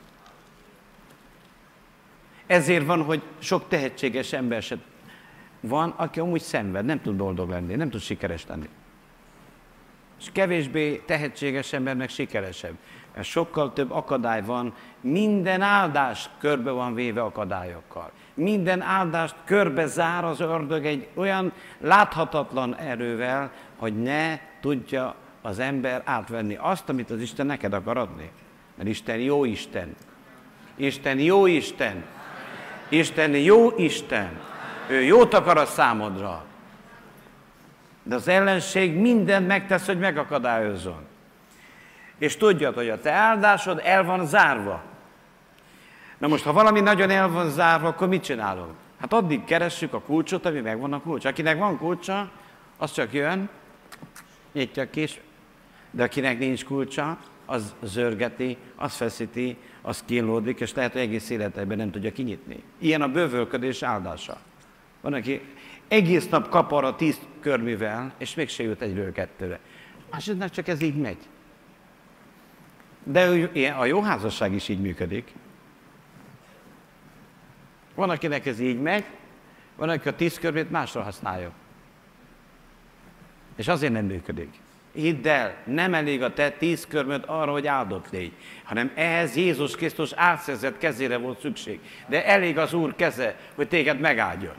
Ezért van, hogy sok tehetséges ember se van, aki amúgy szenved, nem tud boldog lenni, nem tud sikeres lenni. És kevésbé tehetséges embernek sikeresebb. Mert sokkal több akadály van, minden áldás körbe van véve akadályokkal. Minden áldást körbe zár az ördög egy olyan láthatatlan erővel, hogy ne tudja az ember átvenni azt, amit az Isten neked akar adni. Mert Isten jó Isten. Isten jó Isten. Isten jó Isten. Ő jót akar a számodra. De az ellenség mindent megtesz, hogy megakadályozzon. És tudjad, hogy a te áldásod el van zárva. Na most, ha valami nagyon el van zárva, akkor mit csinálunk? Hát addig keressük a kulcsot, ami megvan a kulcs. Akinek van kulcsa, az csak jön, nyitja ki, de akinek nincs kulcsa, az zörgeti, az feszíti, az kínlódik, és lehet, hogy egész életében nem tudja kinyitni. Ilyen a bővölködés áldása. Van, aki egész nap kapar a tíz körművel, és mégse jut egyről kettőre. Másodnak csak ez így megy. De a jó házasság is így működik. Van, akinek ez így megy, van, aki a tíz körmét másra használja. És azért nem működik. Hidd el, nem elég a te tíz körmöd arra, hogy áldott légy, hanem ehhez Jézus Krisztus átszerzett kezére volt szükség. De elég az Úr keze, hogy téged megáldjon.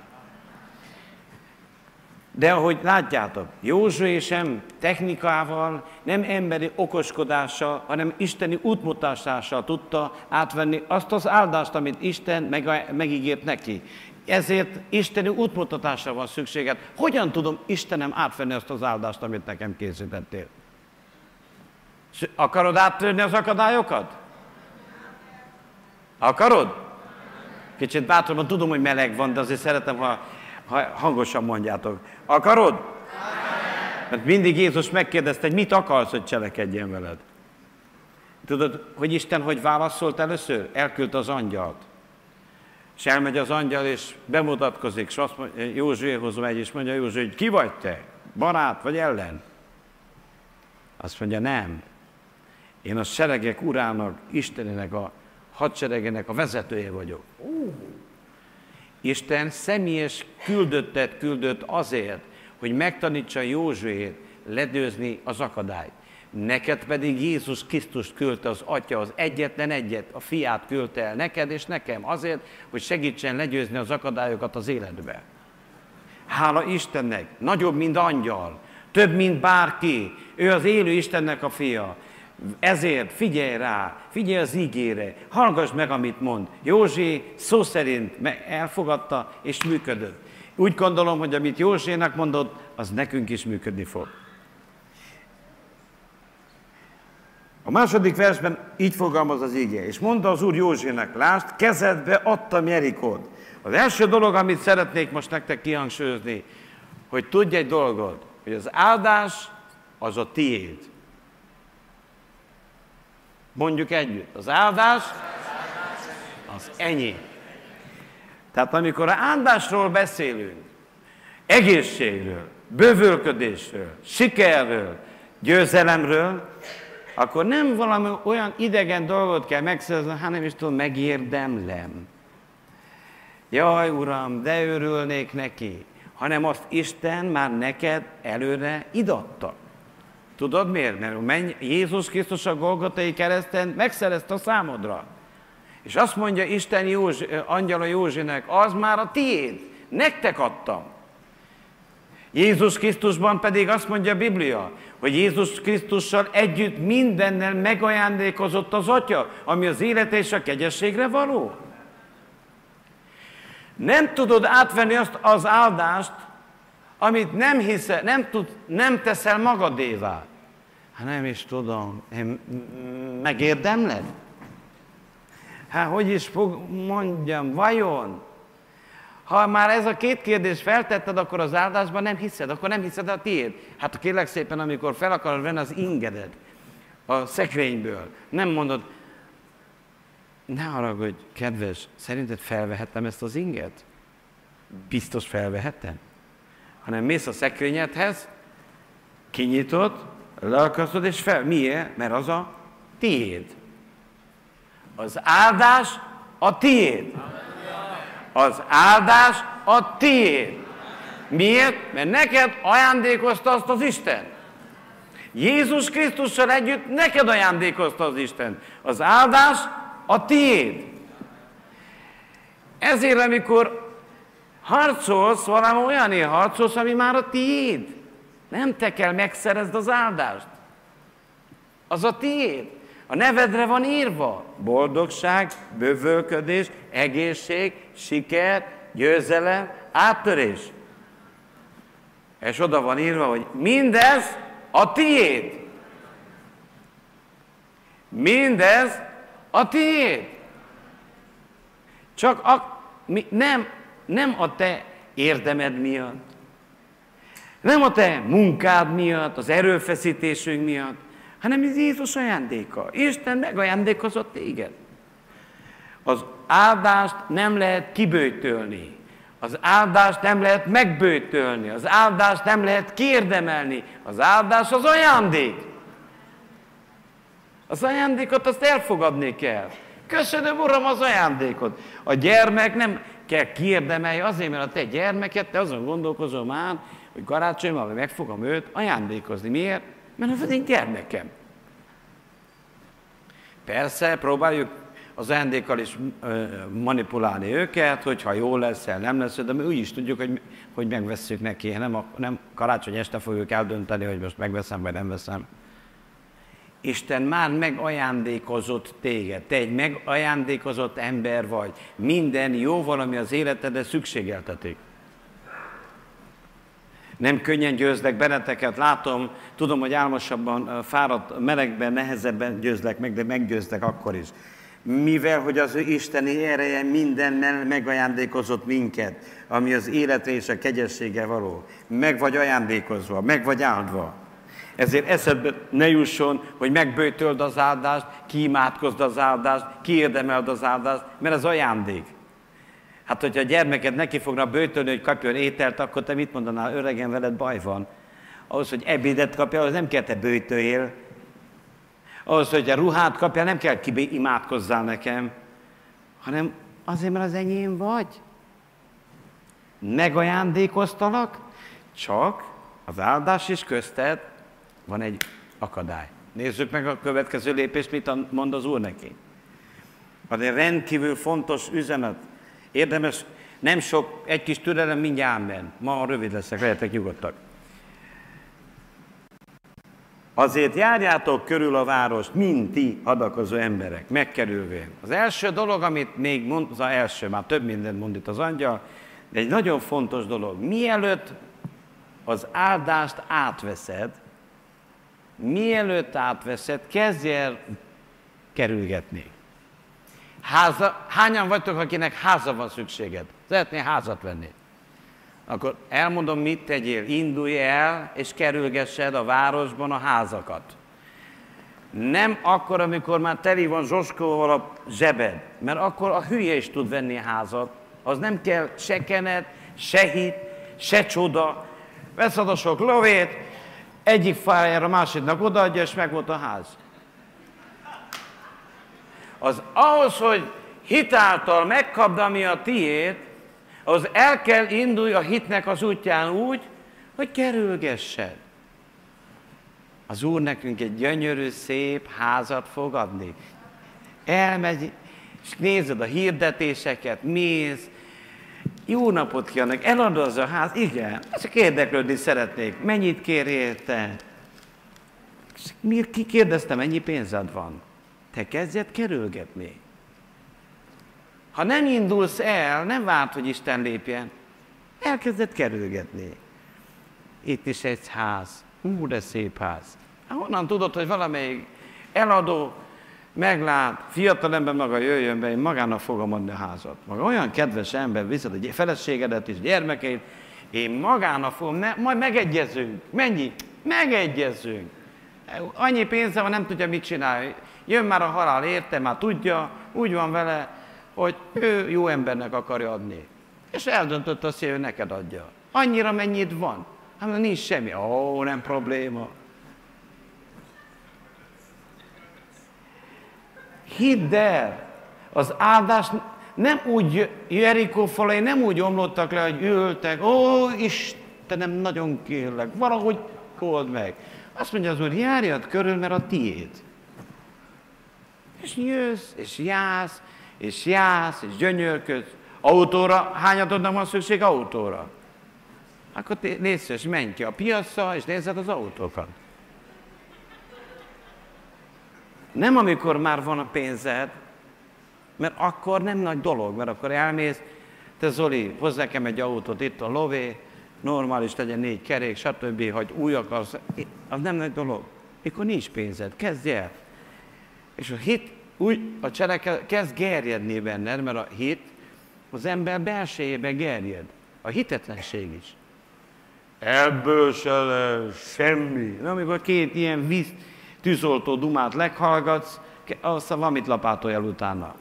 De ahogy látjátok, Józsué sem technikával, nem emberi okoskodással, hanem isteni útmutatással tudta átvenni azt az áldást, amit Isten meg, megígért neki. Ezért isteni útmutatásra van szükséged. Hogyan tudom Istenem átvenni azt az áldást, amit nekem készítettél? Akarod áttörni az akadályokat? Akarod? Kicsit bátrabban, tudom, hogy meleg van, de azért szeretem, ha, ha hangosan mondjátok. Akarod? Mert mindig Jézus megkérdezte, hogy mit akarsz, hogy cselekedjen veled. Tudod, hogy Isten hogy válaszolt először? Elküldte az angyalt. És elmegy az angyal, és bemutatkozik, és azt mondja, Józsuéhoz megy, és mondja Józsué, hogy ki vagy te? Barát vagy ellen? Azt mondja, nem. Én a seregek urának, Istenének, a hadseregének a vezetője vagyok. Uh. Isten személyes küldöttet küldött azért, hogy megtanítsa Józsuét ledőzni az akadályt. Neked pedig Jézus Krisztust küldte az Atya, az egyetlen egyet, a fiát küldte el neked és nekem azért, hogy segítsen legyőzni az akadályokat az életbe. Hála Istennek, nagyobb, mint angyal, több, mint bárki, ő az élő Istennek a fia. Ezért figyelj rá, figyelj az ígére, hallgass meg, amit mond. Józsi szó szerint elfogadta és működött. Úgy gondolom, hogy amit Józsénak mondott, az nekünk is működni fog. A második versben így fogalmaz az íge, és mondta az Úr Józsének, lásd, kezedbe adtam Jerikót. Az első dolog, amit szeretnék most nektek kihangsúlyozni, hogy tudj egy dolgot, hogy az áldás az a tiéd. Mondjuk együtt, az áldás az enyém. Tehát amikor a áldásról beszélünk, egészségről, bővölködésről, sikerről, győzelemről, akkor nem valami olyan idegen dolgot kell megszerezni, hanem is tudom, megérdemlem. Jaj, Uram, de örülnék neki, hanem azt Isten már neked előre idatta. Tudod miért? Mert Jézus Krisztus a Golgotai kereszten megszerezte a számodra. És azt mondja Isten Józsi, angyala Józsinek, az már a tiéd, nektek adtam. Jézus Krisztusban pedig azt mondja a Biblia, hogy Jézus Krisztussal együtt mindennel megajándékozott az Atya, ami az élet és a kegyességre való. Nem tudod átvenni azt az áldást, amit nem hiszel, nem, tud, nem teszel magadévá. Hát nem is tudom, én megérdemled? Hát hogy is fog, mondjam, vajon? Ha már ez a két kérdést feltetted, akkor az áldásban nem hiszed, akkor nem hiszed a tiéd. Hát kérlek szépen, amikor fel akarod venni az ingedet a szekrényből, nem mondod, ne haragudj, kedves, szerinted felvehettem ezt az inget? Biztos felvehettem? hanem mész a szekrényedhez, kinyitod, leakasztod és fel. Miért? Mert az a tiéd. Az áldás a tiéd. Az áldás a tiéd. Miért? Mert neked ajándékozta azt az Isten. Jézus Krisztussal együtt neked ajándékozta az Isten. Az áldás a tiéd. Ezért, amikor harcolsz, valami olyanért harcolsz, ami már a tiéd. Nem te kell megszerezd az áldást. Az a tiéd. A nevedre van írva. Boldogság, bővölködés, egészség, siker, győzelem, áttörés. És oda van írva, hogy mindez a tiéd. Mindez a tiéd. Csak a, mi, nem, nem a te érdemed miatt, nem a te munkád miatt, az erőfeszítésünk miatt, hanem ez Jézus ajándéka. Isten megajándékozott téged. Az áldást nem lehet kiböjtölni. Az áldást nem lehet megböjtölni. Az áldást nem lehet kiérdemelni. Az áldás az ajándék. Az ajándékot azt elfogadni kell. Köszönöm, Uram, az ajándékot. A gyermek nem kell kiérdemelni azért, mert a te gyermeket, te azon gondolkozol már, hogy karácsonyban meg fogom őt ajándékozni. Miért? Mert az én gyermekem. Persze, próbáljuk az ajándékkal is manipulálni őket, hogyha jó lesz, nem lesz, de mi úgy is tudjuk, hogy, hogy megvesszük neki. Nem, nem karácsony este fogjuk eldönteni, hogy most megveszem, vagy nem veszem. Isten már megajándékozott téged. Te egy megajándékozott ember vagy. Minden jó valami az életedre szükségeltetik. Nem könnyen győzlek benneteket, látom, tudom, hogy álmosabban, fáradt, melegben, nehezebben győzlek meg, de meggyőzlek akkor is. Mivel, hogy az ő isteni ereje mindennel megajándékozott minket, ami az életre és a kegyessége való. Meg vagy ajándékozva, meg vagy áldva. Ezért eszedbe ne jusson, hogy megböjtöld az áldást, kiimádkozd az áldást, kiérdemeld az áldást, mert ez ajándék. Hát, hogyha a gyermeked neki fogna böjtölni, hogy kapjon ételt, akkor te mit mondanál? Öregen, veled baj van. Ahhoz, hogy ebédet kapja, ahhoz nem kell te böjtöljél. Ahhoz, hogy a ruhát kapja, nem kell imádkozzál nekem, hanem azért, mert az enyém vagy. Megajándékoztalak, csak az áldás is közted van egy akadály. Nézzük meg a következő lépést, mit mond az Úr neki. Az egy rendkívül fontos üzenet. Érdemes, nem sok, egy kis türelem, mindjárt amen. Ma rövid leszek, lehetek nyugodtak. Azért járjátok körül a várost, mint ti adakozó emberek, megkerülvén. Az első dolog, amit még mond, az első, már több mindent mond itt az angyal, de egy nagyon fontos dolog. Mielőtt az áldást átveszed, mielőtt átveszed, kezdj el kerülgetni. Háza, hányan vagytok, akinek háza van szükséged? Szeretnél házat venni? Akkor elmondom, mit tegyél. Indulj el, és kerülgessed a városban a házakat. Nem akkor, amikor már teli van zsoskóval a zsebed, mert akkor a hülye is tud venni a házat. Az nem kell se kenet, se hit, se csoda. Veszed a sok lovét, egyik fájára a másiknak odaadja, és meg volt a ház. Az ahhoz, hogy hitáltal megkapd, ami a tiéd, az el kell indulj a hitnek az útján úgy, hogy kerülgessed. Az Úr nekünk egy gyönyörű, szép házat fog adni. Elmegy, és nézed a hirdetéseket, mész, jó napot kívánok, eladod az a ház, igen, csak érdeklődni szeretnék, mennyit kér érte? Miért kikérdeztem, mennyi pénzed van? Te kezdjed kerülgetni. Ha nem indulsz el, nem várt, hogy Isten lépjen, elkezded kerülgetni. Itt is egy ház. Hú, de szép ház. Honnan tudod, hogy valamelyik eladó meglát, fiatalember maga jöjjön be, én magának fogom adni a házat. Maga olyan kedves ember, viszont a feleségedet és gyermekeit, én magának fogom, ne, majd megegyezünk. Mennyi? Megegyezünk. Annyi pénze van, nem tudja, mit csinálni. Jön már a halál, érte, már tudja, úgy van vele, hogy ő jó embernek akarja adni. És eldöntött azt, hogy ő neked adja. Annyira mennyit van. Hát nincs semmi. Ó, nem probléma. Hidd el, az áldás nem úgy, Jerikó falai nem úgy omlottak le, hogy ültek, ó, Istenem, nagyon kérlek, valahogy old meg. Azt mondja az Úr, járjad körül, mert a tiéd. És jössz, és jársz, és jársz, és gyönyörködsz. Autóra, hányatodnak van szükség autóra? Akkor légy szíves, menj ki a piacra, és nézzed az autókat. Nem amikor már van a pénzed, mert akkor nem nagy dolog, mert akkor elmész, te Zoli, hozz nekem egy autót, itt a lové, normális legyen négy kerék, stb., hogy új akarsz, az nem nagy dolog. Mikor nincs pénzed, kezdj el. És a hit, úgy, a cselekedet kezd gerjedni benned, mert a hit az ember belsejében gerjed. A hitetlenség is. Ebből se lesz semmi. Na, amikor két ilyen víz, tűzoltó dumát leghallgatsz, aztán valamit lapátolj el utána.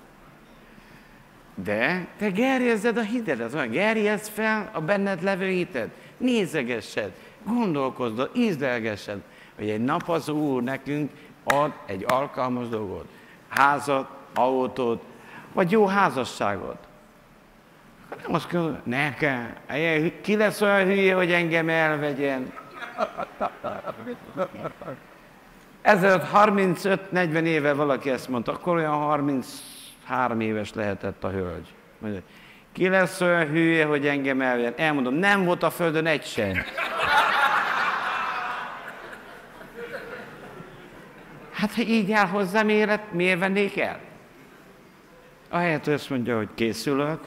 De te gerjezzed a hitedet, olyan gerjezd fel a benned levő hited. Nézegessed, gondolkozd, ízlelgessed, hogy egy nap az Úr nekünk ad egy alkalmas dolgot. Házat, autót, vagy jó házasságot. Akkor nem azt kell, nekem, ki lesz olyan hülye, hogy engem elvegyen? Ezelőtt harmincöt-negyven éve valaki ezt mondta, akkor olyan harminchárom éves lehetett a hölgy. Mondja, ki lesz olyan hülye, hogy engem elvegyen? Elmondom, nem volt a földön egy sem. Hát, ha így áll hozzám élet, miért vennék el? Ahelyett, hogy azt mondja, hogy készülök,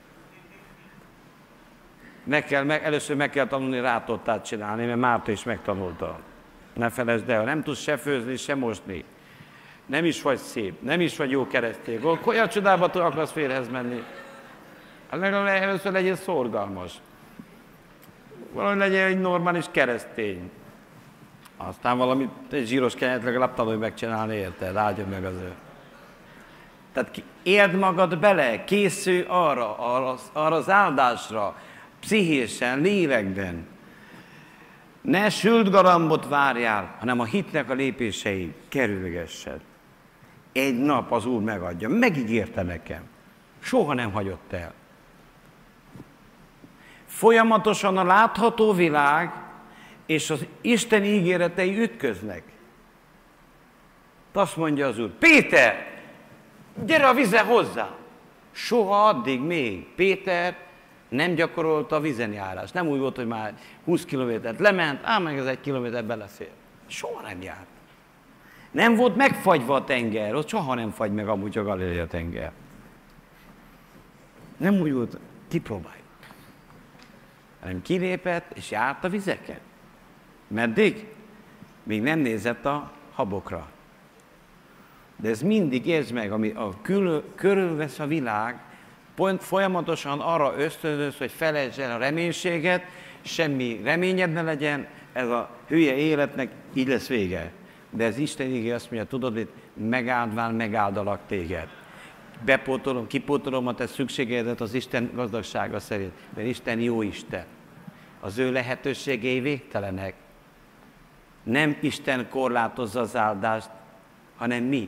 meg kell, meg, először meg kell tanulni rátottát csinálni, mert Márta is megtanulta. Ne felejtsd el, nem tudsz se főzni, se mosni. Nem is vagy szép, nem is vagy jó keresztény. Olyan csodába tu akarsz férhez menni. Legalább először legyél szorgalmas. Valahogy legyen egy normális keresztény. Aztán valamit, egy zsíros kenyeret legalább tanulj megcsinálni, érted? Áldjon meg az ő. Tehát érd magad bele, készülj arra, arra, arra az áldásra, pszichésen, lélekben. Ne sült garambot várjál, hanem a hitnek a lépései kerülgessed. Egy nap az Úr megadja, megígérte nekem. Soha nem hagyott el. Folyamatosan a látható világ és az Isten ígéretei ütköznek. Azt mondja az Úr, Péter, gyere a vize hozzá! Soha addig még Péter nem gyakorolta a vizenjárást. Nem úgy volt, hogy már húsz kilométert lement, ám meg az egy kilométer beleszél. Soha nem járt. Nem volt megfagyva a tenger, ott soha nem fagy meg amúgy a Galilea tenger. Nem úgy volt, kipróbálj. Hanem kilépett és járt a vizeken. Meddig? Még nem nézett a habokra. De ez mindig értsd meg, ami a körül, körülvesz a világ, pont folyamatosan arra ösztönöz, hogy felejtsd el a reménységet, semmi reményed ne legyen, ez a hülye életnek így lesz vége. De ez Isten ígé azt mondja, tudod, hogy megáldván megáldalak téged. Bepótolom, kipótolom a te szükségedet az Isten gazdagsága szerint, mert Isten jó Isten. Az ő lehetőségei végtelenek. Nem Isten korlátozza az áldást, hanem mi.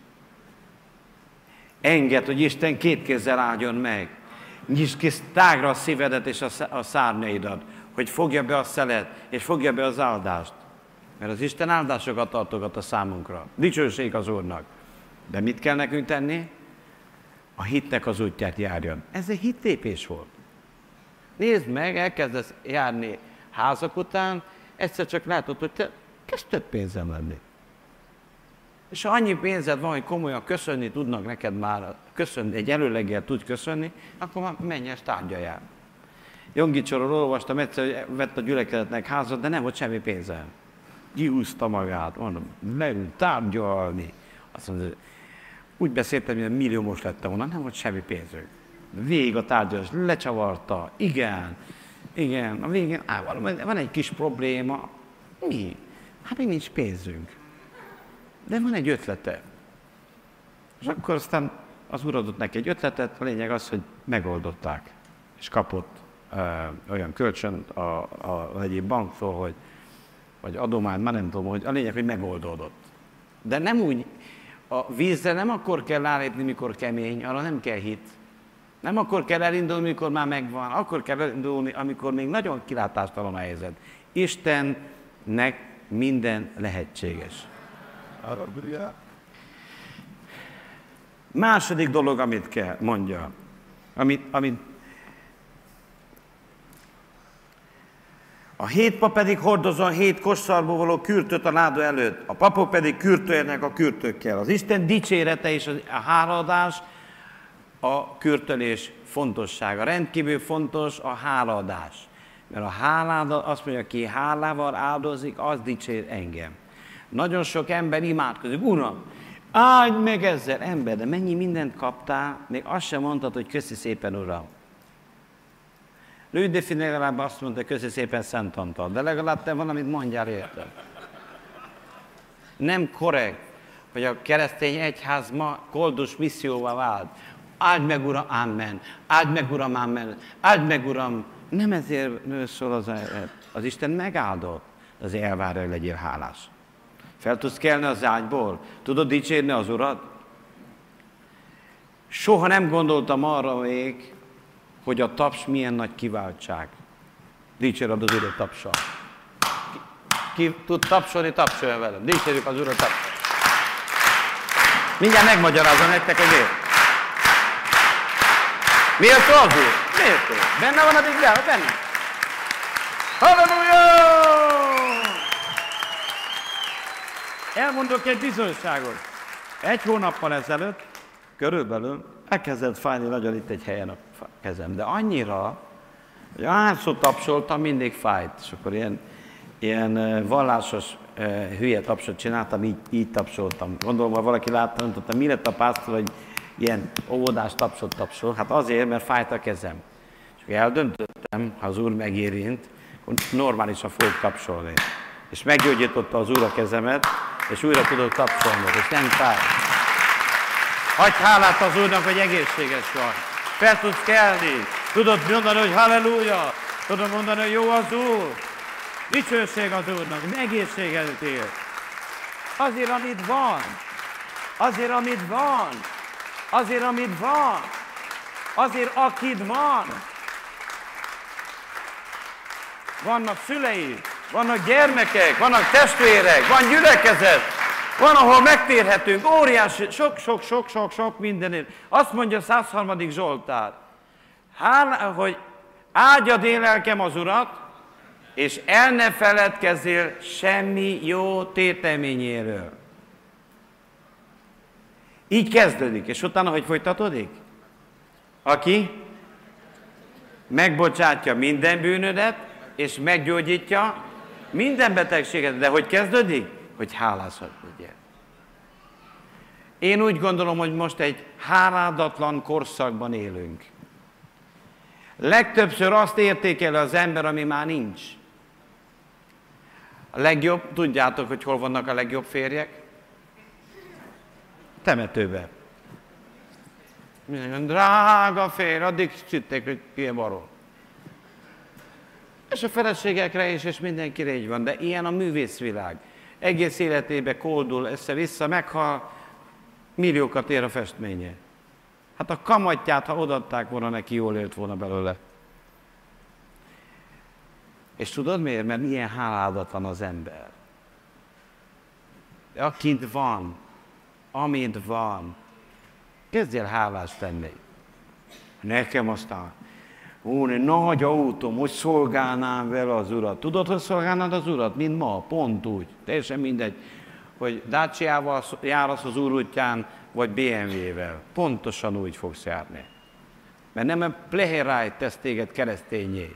Engedd, hogy Isten két kézzel áldjon meg. Nyisd ki tágra a szívedet és a szárnyaidat, hogy fogja be a szelet, és fogja be az áldást. Mert az Isten áldásokat tartogat a számunkra. Dicsőség az Úrnak. De mit kell nekünk tenni? A hitnek az útját járjon. Ez egy hitlépés volt. Nézd meg, elkezdesz járni házak után, egyszer csak látod, hogy te kezd több pénzem lenni. És ha annyi pénzed van, hogy komolyan köszönni tudnak neked már, köszönni, egy előleggel tudj köszönni, akkor már menj és tárgyaljál. Jongicsorról olvastam, egyszer vett a gyülekezetnek házat, de nem volt semmi pénze. Kiúzta magát, mondom, leül tárgyalni. Azt mondja, úgy beszéltem, hogy milliómos lettem volna, nem volt semmi pénzük. Végig a tárgyalás, lecsavarta, igen, igen, a végén, á, van egy kis probléma. Mi? Hát még nincs pénzünk. De van egy ötlete. És akkor aztán az Úr adott neki egy ötletet, a lényeg az, hogy megoldották. És kapott ö, olyan kölcsönt a, a, a egyik banktól, hogy, vagy adományt, már nem tudom, hogy a lényeg, hogy megoldódott. De nem úgy, a vízre nem akkor kell állítni, mikor kemény, arra nem kell hit. Nem akkor kell elindulni, mikor már megvan, akkor kell elindulni, amikor még nagyon kilátástalan a helyzet. Istennek minden lehetséges. Második dolog, amit kell, mondja, amit, amit a hét pap pedig hordozon hét kosszarból való kürtöt a láda előtt, a papok pedig kürtöljenek a kürtökkel. Az Isten dicsérete és a hálaadás, a kürtölés fontossága. Rendkívül fontos a hálaadás. Mert a háládat, azt mondja, aki hálával áldozik, az dicsér engem. Nagyon sok ember imádkozik, Uram, áldj meg ezzel, ember, de mennyi mindent kaptál, még azt sem mondtad, hogy köszi szépen, Uram. Louis Duffy legalább azt mondta, hogy köszi szépen Szent Antal, de legalább te valamit mondjál érte. Nem korrekt, hogy a keresztény egyház ma koldus misszióvá vált. Áld meg, Uram, amen. Áld meg, Uram, amen. Áld meg, Uram. Nem ezért szól az, az Isten megáldott, de azért elvárja, hogy legyél hálás. Fel tudsz kelni az ágyból? Tudod dicsérni az Urat? Soha nem gondoltam arra még, hogy a taps milyen nagy kiváltság. Dicséred az Urat tapsal. Ki, ki tud tapsolni, tapsoljon velem. Dicsérjük az Urat tapsal. Mindjárt megmagyarázom nektek, hogy miért. Miért az Úr? Miért ő? Benne van a Bibliában? Benne. Halleluja! Elmondok egy bizonyságot. Egy hónappal ezelőtt, körülbelül, elkezdett fájni nagyon itt egy helyen a kezem, de annyira, hogy ahányszor tapsoltam, mindig fájt. És akkor ilyen, ilyen vallásos hülye tapsot csináltam, így, így tapsoltam. Gondolom, ha valaki látta, nem tudtam, mi lett a pásztor, hogy ilyen óvodás tapsot tapsol. Hát azért, mert fájt a kezem. És akkor eldöntöttem, ha az Úr megérint, akkor normálisan fogok tapsolni. És meggyógyította az Úr a kezemet, és újra tudok tapsolni, és nem fáj. Adj hálát az Úrnak, hogy egészséges vagy. Fel tudsz kelni. Tudod mondani, hogy halleluja. Tudod mondani, hogy jó az Úr. Dicsőség az Úrnak, hogy egészséget él. Azért, amit van. Azért, amit van. Azért, amit van. Azért, akid van. Vannak szüleid, vannak gyermekek, vannak testvérek, van gyülekezet. Van, ahol megtérhetünk, óriási, sok-sok-sok-sok-sok mindenért. Azt mondja a száz harmadik Zsoltár, hálá, hogy áldjad én lelkem az Urat, és el ne feledkezzél semmi jó téteményéről. Így kezdődik, és utána hogy folytatódik? Aki megbocsátja minden bűnödet, és meggyógyítja minden betegséget. De hogy kezdődik? Hogy hálás legyél. Én úgy gondolom, hogy most egy háládatlan korszakban élünk. Legtöbbször azt értékel az ember, ami már nincs. A legjobb, tudjátok, hogy hol vannak a legjobb férjek? Temetőben. Minden drága férj, addig szitték, hogy ilyen varó. És a feleségekre is, és mindenkire így van, de ilyen a művészvilág. Egész életébe koldul, össze-vissza, meghal, milliókat ér a festménye. Hát a kamatját, ha odaadták volna neki, jól élt volna belőle. És tudod miért? Mert milyen háládatlan az ember. De akint van, amint van, kezdjél hálást tenni. Nekem aztán, ó, egy nagy autóm, hogy szolgálnám vele az Urat. Tudod, hogy szolgálnád az Urat? Mint ma, pont úgy. Teljesen mindegy, hogy Dacia-val jársz az Úr útján, vagy bé em vé-vel. Pontosan úgy fogsz járni. Mert nem a pleherájt tesz téged keresztényé,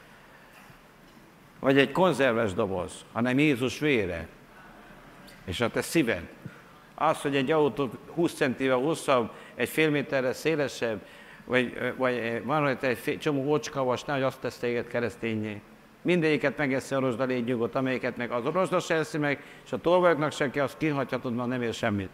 vagy egy konzerves doboz, hanem Jézus vére, és a te szíved. Az, hogy egy autó húsz centivel hosszabb, egy fél méterre szélesebb, vagy, vagy van rajta egy fél, csomó ócskavas, nehogy azt tesz téged keresztényé. Mindegyiket megeszi a rozsda légyugot, amelyiket meg az rozsda se eszi meg, és a tolvajoknak se kell, azt kihagyhatod, mert nem ér semmit.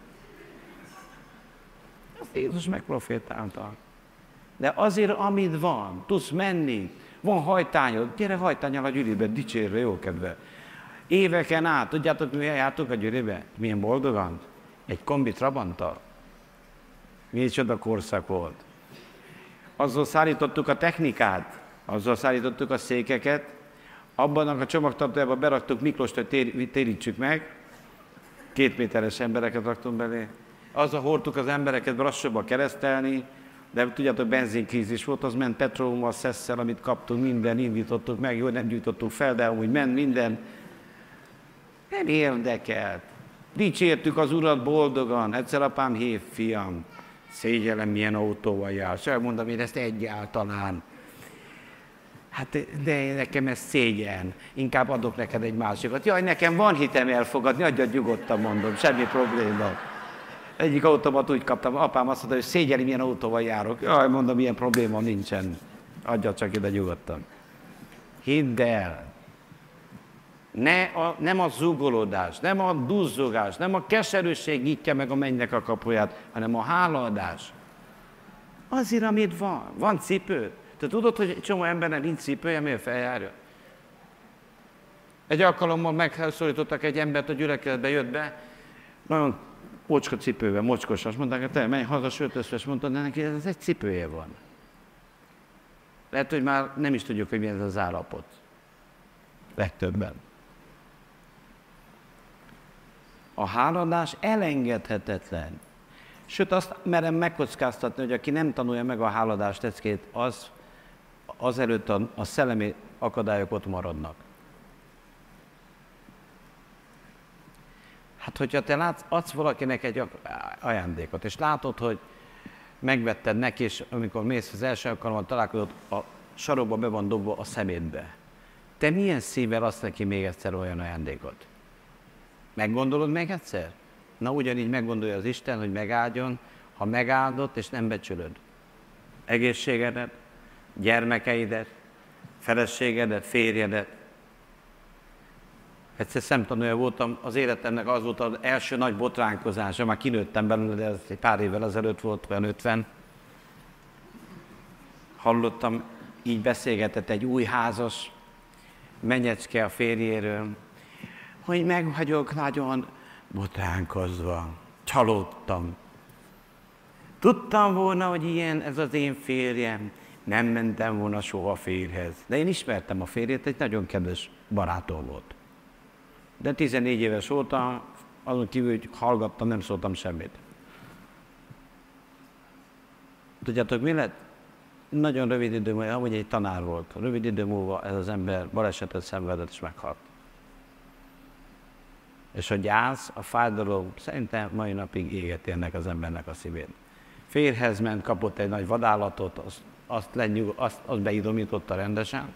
Ezt Jézus megprofétálta. De azért, amit van, tudsz menni, van hajtányod, gyere hajtányal a gyűlibe, dicsérve, jó kedve. Éveken át, tudjátok, milyen jártok a gyűlibe? Milyen boldogan? Egy kombi Trabanttal. Micsoda korszak volt. Azzal szállítottuk a technikát, azzal szállítottuk a székeket, abban a csomagtartójában beraktuk Miklost, hogy tér, térítsük meg, két méteres embereket raktunk belé, azzal hordtuk az embereket Brassóba keresztelni, de tudjátok, benzinkrízis volt, az ment petrólummal, szesszel, amit kaptunk, minden indítottuk meg, jó, nem gyújtottuk fel, de amúgy ment minden. Nem érdekelt. Dicsértük az Urat boldogan. Egyszer apám hív, fiam, szégyellem, milyen autóval jársz. Elmondom én ezt egyáltalán. Hát de nekem ez szégyen. Inkább adok neked egy másikat. Jaj, nekem van hitem elfogadni, adjad nyugodtan, mondom, semmi probléma. Egyik autómat úgy kaptam, apám azt mondta, hogy szégyeli, milyen autóval járok. Jaj, mondom, ilyen probléma nincsen. Adjad csak ide nyugodtan. Hidd el. Ne a, nem a zúgolódás, nem a duzzogás, nem a keserűség nyitja meg a mennynek a kapuját, hanem a hálaadás. Azért, amit van. Van cipő. Te tudod, hogy egy csomó embernek nincs cipője, miért feljárja? Egy alkalommal megszólítottak egy embert, a gyülekezetbe jött be, nagyon mocska cipővel, mocskos, azt mondták, hogy te menj haza, sőt, és mondtad, de neki ez egy cipője van. Lehet, hogy már nem is tudjuk, hogy milyen ez az állapot. Legtöbben. A háladás elengedhetetlen. Sőt, azt merem megkockáztatni, hogy aki nem tanulja meg a háladás teckét, az azelőtt a, a szellemi akadályok ott maradnak. Hát, hogyha te látsz, adsz valakinek egy ajándékot, és látod, hogy megvetted neki, és amikor mész az első alkalommal találkozod, a sarokba be van dobva a szemétbe. Te milyen szívvel adsz neki még egyszer olyan ajándékot? Meggondolod még egyszer? Na, ugyanígy meggondolja az Isten, hogy megáldjon, ha megáldott, és nem becsülöd. Egészségedet, gyermekeidet, feleségedet, férjedet. Egyszer szemtanúja voltam, az életemnek az volt az első nagy botránkozása, már kinőttem belőle, de ez egy pár évvel ezelőtt volt, olyan ötven. Hallottam, így beszélgetett egy új házas menyecske a férjéről, hogy meg vagyok nagyon botránkozva, csalódtam. Tudtam volna, hogy ilyen ez az én férjem, nem mentem volna soha férjhez. De én ismertem a férjét, egy nagyon kedves barátom volt. De tizennégy éves voltam, azon kívül, hogy hallgattam, nem szóltam semmit. Tudjátok, mi lett? Nagyon rövid idő múlva, ahogy egy tanár volt, rövid idő múlva ez az ember balesetet szenvedett és meghalt. És a gyász, a fájdalom szerintem mai napig égeti ennek az embernek a szívét. Férjhez ment, kapott egy nagy vadállatot, azt, azt, lenyug, azt, azt beidomította rendesen.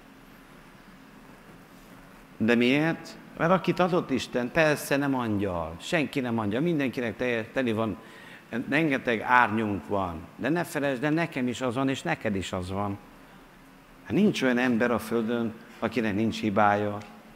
De miért? Mert akit adott Isten, persze nem angyal, senki nem angyal, mindenkinek teli van, rengeteg árnyunk van. De ne felejtsd, de nekem is az van, és neked is az van. Hát nincs olyan ember a Földön, akinek nincs hibája.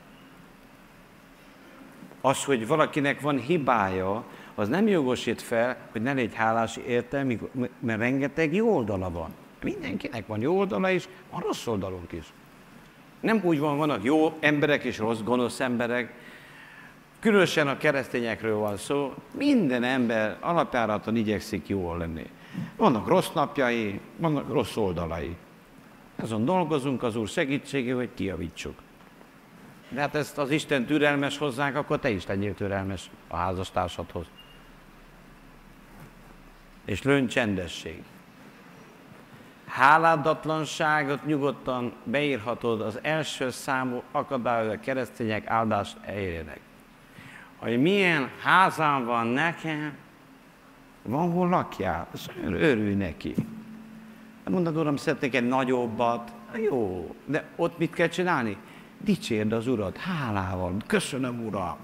Az, hogy valakinek van hibája, az nem jogosít fel, hogy ne légy hálás érte, mert rengeteg jó oldala van. Mindenkinek van jó oldala is, van rossz oldalunk is. Nem úgy van, vannak jó emberek és rossz, gonosz emberek. Különösen a keresztényekről van szó. Minden ember alapjáraton igyekszik jól lenni. Vannak rossz napjai, vannak rossz oldalai. Azon dolgozunk az Úr segítségével, hogy kijavítsuk. De hát ezt az Isten türelmes hozzánk, akkor te is legyél türelmes a házastársadhoz. És lőn csendesség. Háládatlanságot nyugodtan beírhatod az első számú akadály, hogy a keresztények áldást elérjenek. Hogy milyen házam van nekem, van hol lakjál, örülj neki. Mondod, Uram, szeretnék egy nagyobbat, jó, de ott mit kell csinálni? Dicsérd az Urat, hálával, köszönöm, Uram.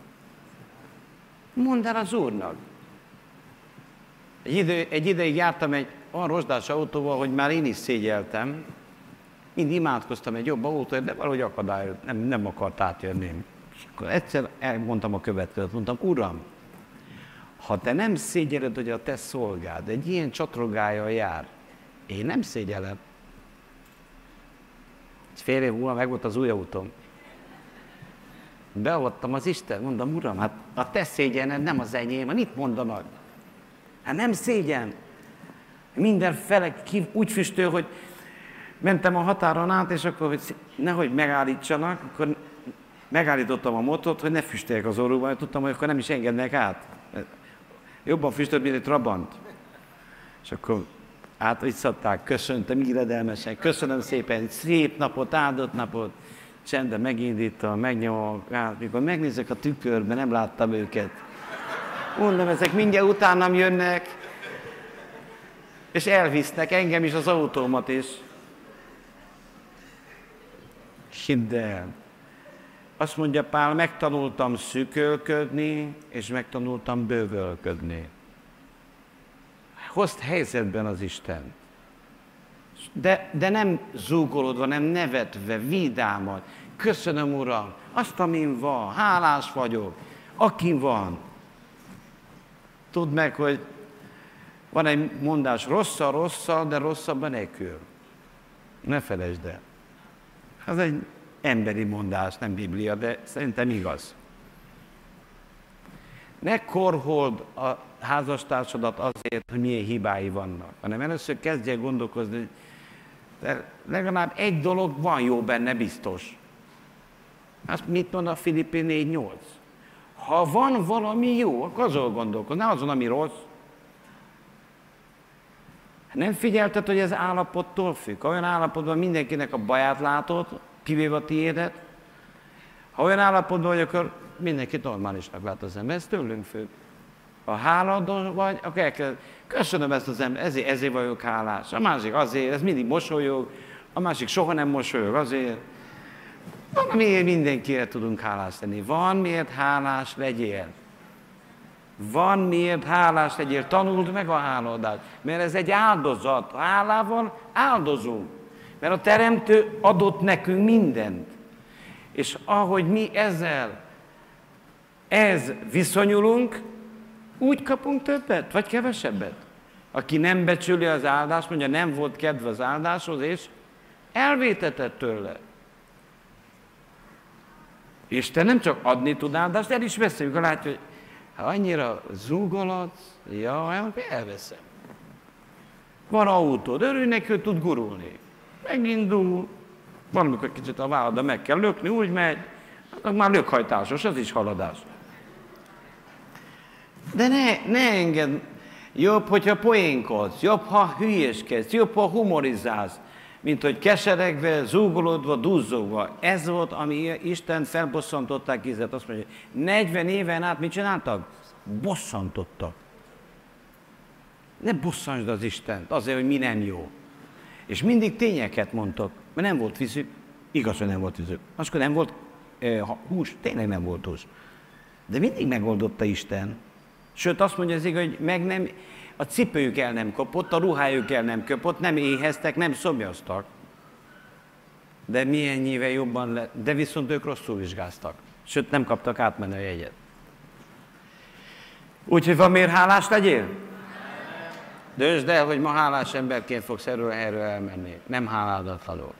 Mondd el az Úrnak. Egy, idő, egy ideig jártam egy olyan rozsdás autóval, hogy már én is szégyeltem. Mind imádkoztam egy jobb autóért, de valahogy akadály, nem, nem akart átjönni. És akkor egyszer elmondtam a következőt, mondtam, Uram, ha te nem szégyeled, hogy a te szolgád egy ilyen csatrogájjal jár, én nem szégyelem. Fél év múlva meg volt az új autóm. Beavattam az Isten, mondom, Uram, hát a te szégyened nem az enyém, hát mit mondanak? Hát nem szégyen. Minden fele úgy füstöl, hogy mentem a határon át, és akkor, hogy nehogy megállítsanak, akkor megállítottam a motort, hogy ne füstöljek az orrukban, mert tudtam, hogy akkor nem is engednek át. Jobban füstölt, mint egy Trabant. És akkor átvisszatták, köszöntem íredelmesen, köszönöm szépen, szép napot, áldott napot, csendben megindítom, megnyomom, mikor megnézek a tükörbe, nem láttam őket. Mondom, ezek mindjárt utánam jönnek, és elvisznek engem is, az autómat is. Hidd el! Azt mondja Pál, megtanultam szűkölködni, és megtanultam bővölködni. Hozd helyzetben az Isten. De, de nem zúgolódva, nem nevetve, vidáman. Köszönöm, Uram, azt, amin van, hálás vagyok, akin van. Tudd meg, hogy van egy mondás, rosszal rosszal, de rosszabban nélkül. Ne felejtsd el. Ez egy emberi mondás, nem Biblia, de szerintem igaz. Ne korhold a házastársadat azért, hogy milyen hibái vannak, hanem először kezdjél gondolkozni, de legalább egy dolog van jó benne, biztos. Azt mit mond a Filippi négy nyolc? Ha van valami jó, akkor azon gondolkozni, ne azon, ami rossz. Nem figyelted, hogy ez állapottól függ? Ha olyan állapotban mindenkinek a baját látod, kivéve a tiédet, ha olyan állapotban vagy, akkor mindenki normálisnak lát az ember, ez tőlünk függ. Ha háladó vagy, akkor elkezd, köszönöm ezt az ember, ezért, ezért vagyok hálás. A másik azért, ez mindig mosolyog, a másik soha nem mosolyog azért. Van, miért mindenkire tudunk hálás lenni. Van, miért hálás legyél. Van, miért hálás legyél. Tanuld meg a hálaadást, mert ez egy áldozat. A hálával áldozunk. Mert a Teremtő adott nekünk mindent. És ahogy mi ezzel, ez viszonyulunk, úgy kapunk többet, vagy kevesebbet. Aki nem becsüli az áldást, mondja, nem volt kedve az áldáshoz, és elvétetett tőle. Isten nem csak adni tud áldást, el is veszünk, ha látja, hogy ha annyira zúgolatsz, jaj, akkor elveszem. Van autód, örülj neki, hogy tud gurulni. Megindul, valamikor kicsit a vállada meg kell lökni, úgy megy, akkor már lökhajtásos, az is haladás. De ne, ne engedd, jobb, hogyha poénkodsz, jobb, ha hülyéskedsz, jobb, ha humorizálsz, mint hogy keseregve, zúgolódva, duzzogva. Ez volt, ami Isten felbosszantották Izraelt. Azt mondja, negyven éven át mit csináltak? Bosszantottak. Ne bosszantsd az Istent, azért, hogy mi nem jó. És mindig tényeket mondtak, mert nem volt vízük. Igaz, hogy nem volt vízük. Akkor nem volt eh, hús, tényleg nem volt hús. De mindig megoldotta Isten. Sőt, azt mondja az igaz, hogy meg nem, a cipőjük el nem kopott, a ruhájuk el nem köpott, nem éheztek, nem szomjaztak. De milyennyire jobban le, de viszont ők rosszul vizsgáztak. Sőt, nem kaptak átmenőjegyet. Úgyhogy van miért hálás legyél? Döntsd el, hogy ma hálás emberként fogsz erről, erről elmenni. Nem háládatlanul.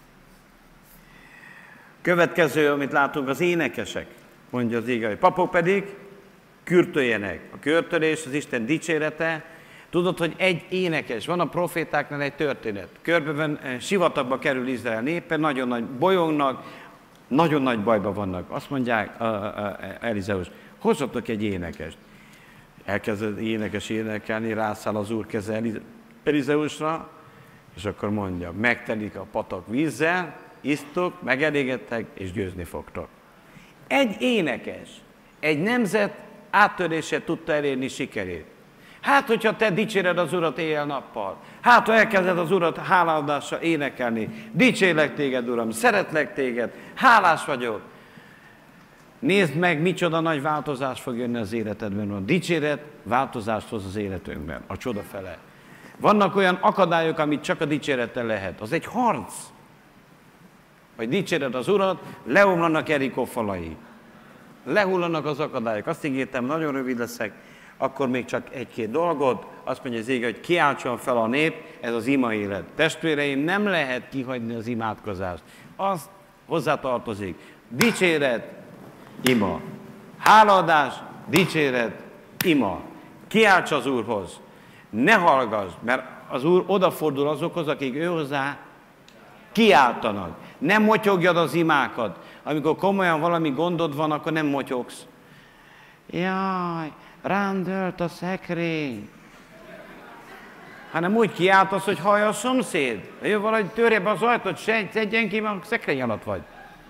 Következő, amit látunk, az énekesek, mondja az igaz. Papok pedig kürtöljenek. A kürtölés az Isten dicsérete. Tudod, hogy egy énekes, van a profétáknál egy történet. Körbeven sivatagba kerül Izrael népe, nagyon nagy bolyongnak, nagyon nagy bajban vannak. Azt mondják, a, a, a, Elizeus, hozzatok egy énekest. Elkezd énekes énekelni, rászáll az Úr keze Elizeusra, és akkor mondja, megtelik a patak vízzel, isztok, megelégedtek, és győzni fogtok. Egy énekes, egy nemzet áttörése tudta elérni sikerét. Hát, hogyha te dicséred az Urat éjjel-nappal, hát, ha elkezded az Urat hálaadással énekelni, dicsérlek téged, Uram, szeretlek téged, hálás vagyok. Nézd meg, micsoda nagy változás fog jönni az életedben. A dicséret változást hoz az életünkben, a csoda fele. Vannak olyan akadályok, amit csak a dicsérettel lehet. Az egy harc. Hogy dicséred az Urat, leomlanak Jerikó falai. Lehullanak az akadályok. Azt ígértem, nagyon rövid leszek. akkor még csak egy-két dolgot, azt mondja az ége, hogy kiáltson fel a nép, ez az ima élet. Testvéreim, nem lehet kihagyni az imádkozást. Az hozzátartozik. Dicséret, ima. Hálaadás, dicséret, ima. Kiálts az Úrhoz. Ne hallgass, mert az Úr odafordul azokhoz, akik ő hozzá kiáltanak. Nem motyogjad az imákat. Amikor komolyan valami gondod van, akkor nem motyogsz. Jaj, rám dőlt a szekrény. Hanem úgy kiáltasz, hogy hallja a szomszéd. Jön valahogy, törje be az ajtót, szedjen ki, mert a szekrény alatt vagy.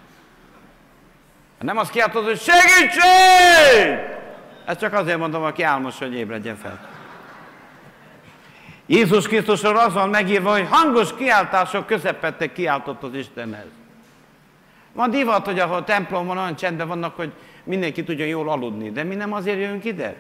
Nem azt kiáltod, hogy segítség! Ezt csak azért mondom, aki álmos, hogy ébredjen fel. Jézus Krisztusról az van megírva, hogy hangos kiáltások közepette kiáltott az Istenhez. Van divat, hogy ahol a templomban olyan csendben vannak, hogy mindenki tudjon jól aludni, de mi nem azért jövünk ide?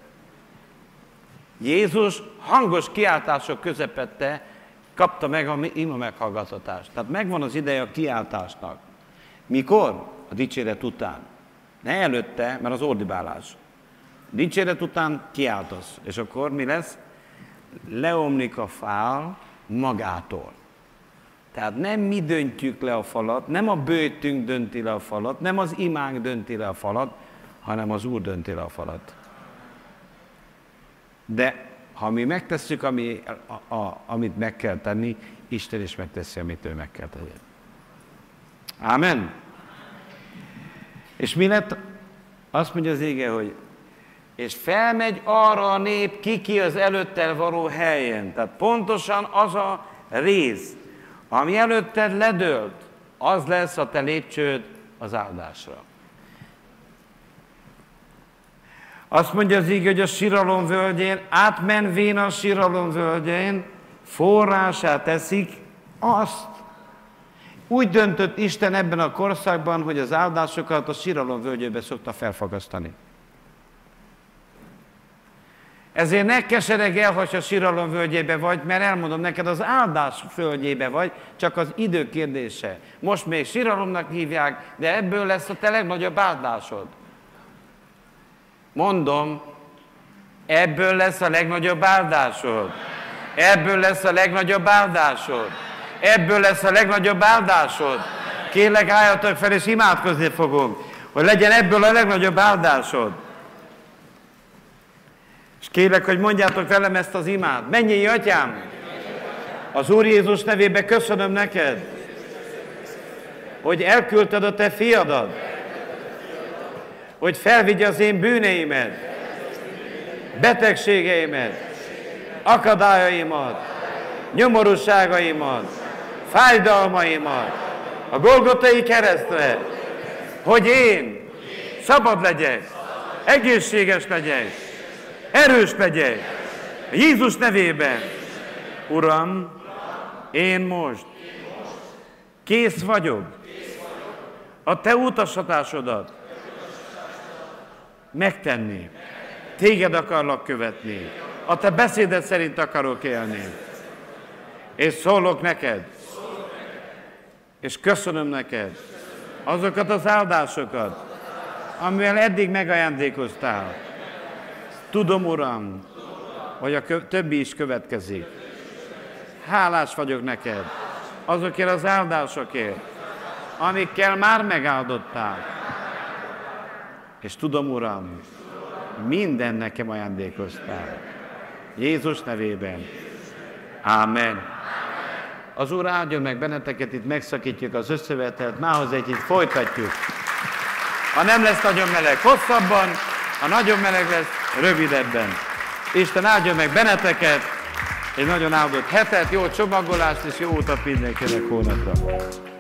Jézus hangos kiáltások közepette kapta meg a ima meghallgattatást. Tehát megvan az ideje a kiáltásnak. Mikor? A dicséret után. Ne előtte, mert az ordibálás. Dicséret után kiáltasz. És akkor mi lesz? Leomlik a fál magától. Tehát nem mi döntjük le a falat, nem a bőtünk dönti le a falat, nem az imánk dönti le a falat, hanem az Úr dönti le a falat. De ha mi megtesszük, ami, a, a, amit meg kell tenni, Isten is megteszi, amit ő meg kell tenni. Ámen? És mi lett? Azt mondja az ége, hogy és felmegy arra a nép, ki-ki az előttel való helyen. Tehát pontosan az a rész, ami előtted ledőlt, az lesz a te lépcsőd az áldásra. Azt mondja az íge, hogy a siralom völgyén, átmenvén a siralom völgyén, forrását teszik azt. Úgy döntött Isten ebben a korszakban, hogy az áldásokat a siralom völgyébe szokta felfagasztani. Ezért ne keseregj el, ha a siralom völgyébe vagy, mert elmondom neked, az áldás völgyébe vagy, csak az idő kérdése. Most még siralomnak hívják, de ebből lesz a te legnagyobb áldásod. Mondom, ebből lesz a legnagyobb áldásod. Ebből lesz a legnagyobb áldásod. Ebből lesz a legnagyobb áldásod. Kérlek, álljatok fel, és imádkozni fogunk, hogy legyen ebből a legnagyobb áldásod. És kérlek, hogy mondjátok velem ezt az imát. Mennyei Atyám, az Úr Jézus nevében köszönöm neked, hogy elküldted a te fiadat, hogy felvigye az én bűneimet, betegségeimet, akadályaimat, nyomorúságaimat, fájdalmaimat, a Golgotai keresztre, hogy én szabad legyek, egészséges legyek, erős legyek, Jézus nevében. Uram, én most kész vagyok a te utasításodat megtenni. Téged akarlak követni. A te beszéded szerint akarok élni. És szólok neked, és köszönöm neked azokat az áldásokat, amivel eddig megajándékoztál. Tudom, Uram, hogy a többi is következik. Hálás vagyok neked azokért az áldásokért, amikkel már megáldottál. És tudom, Uram, minden nekem ajándékoztál. Jézus nevében. Ámen. Az Úr áldjon meg benneteket, itt megszakítjuk az összevetelt, mához egy itt folytatjuk. Ha nem lesz nagyon meleg, hosszabban, ha nagyon meleg lesz, rövidebben. Isten áldjon meg benneteket, egy nagyon áldott hetet, jó csomagolást és jó utat mindenkinek hónapra.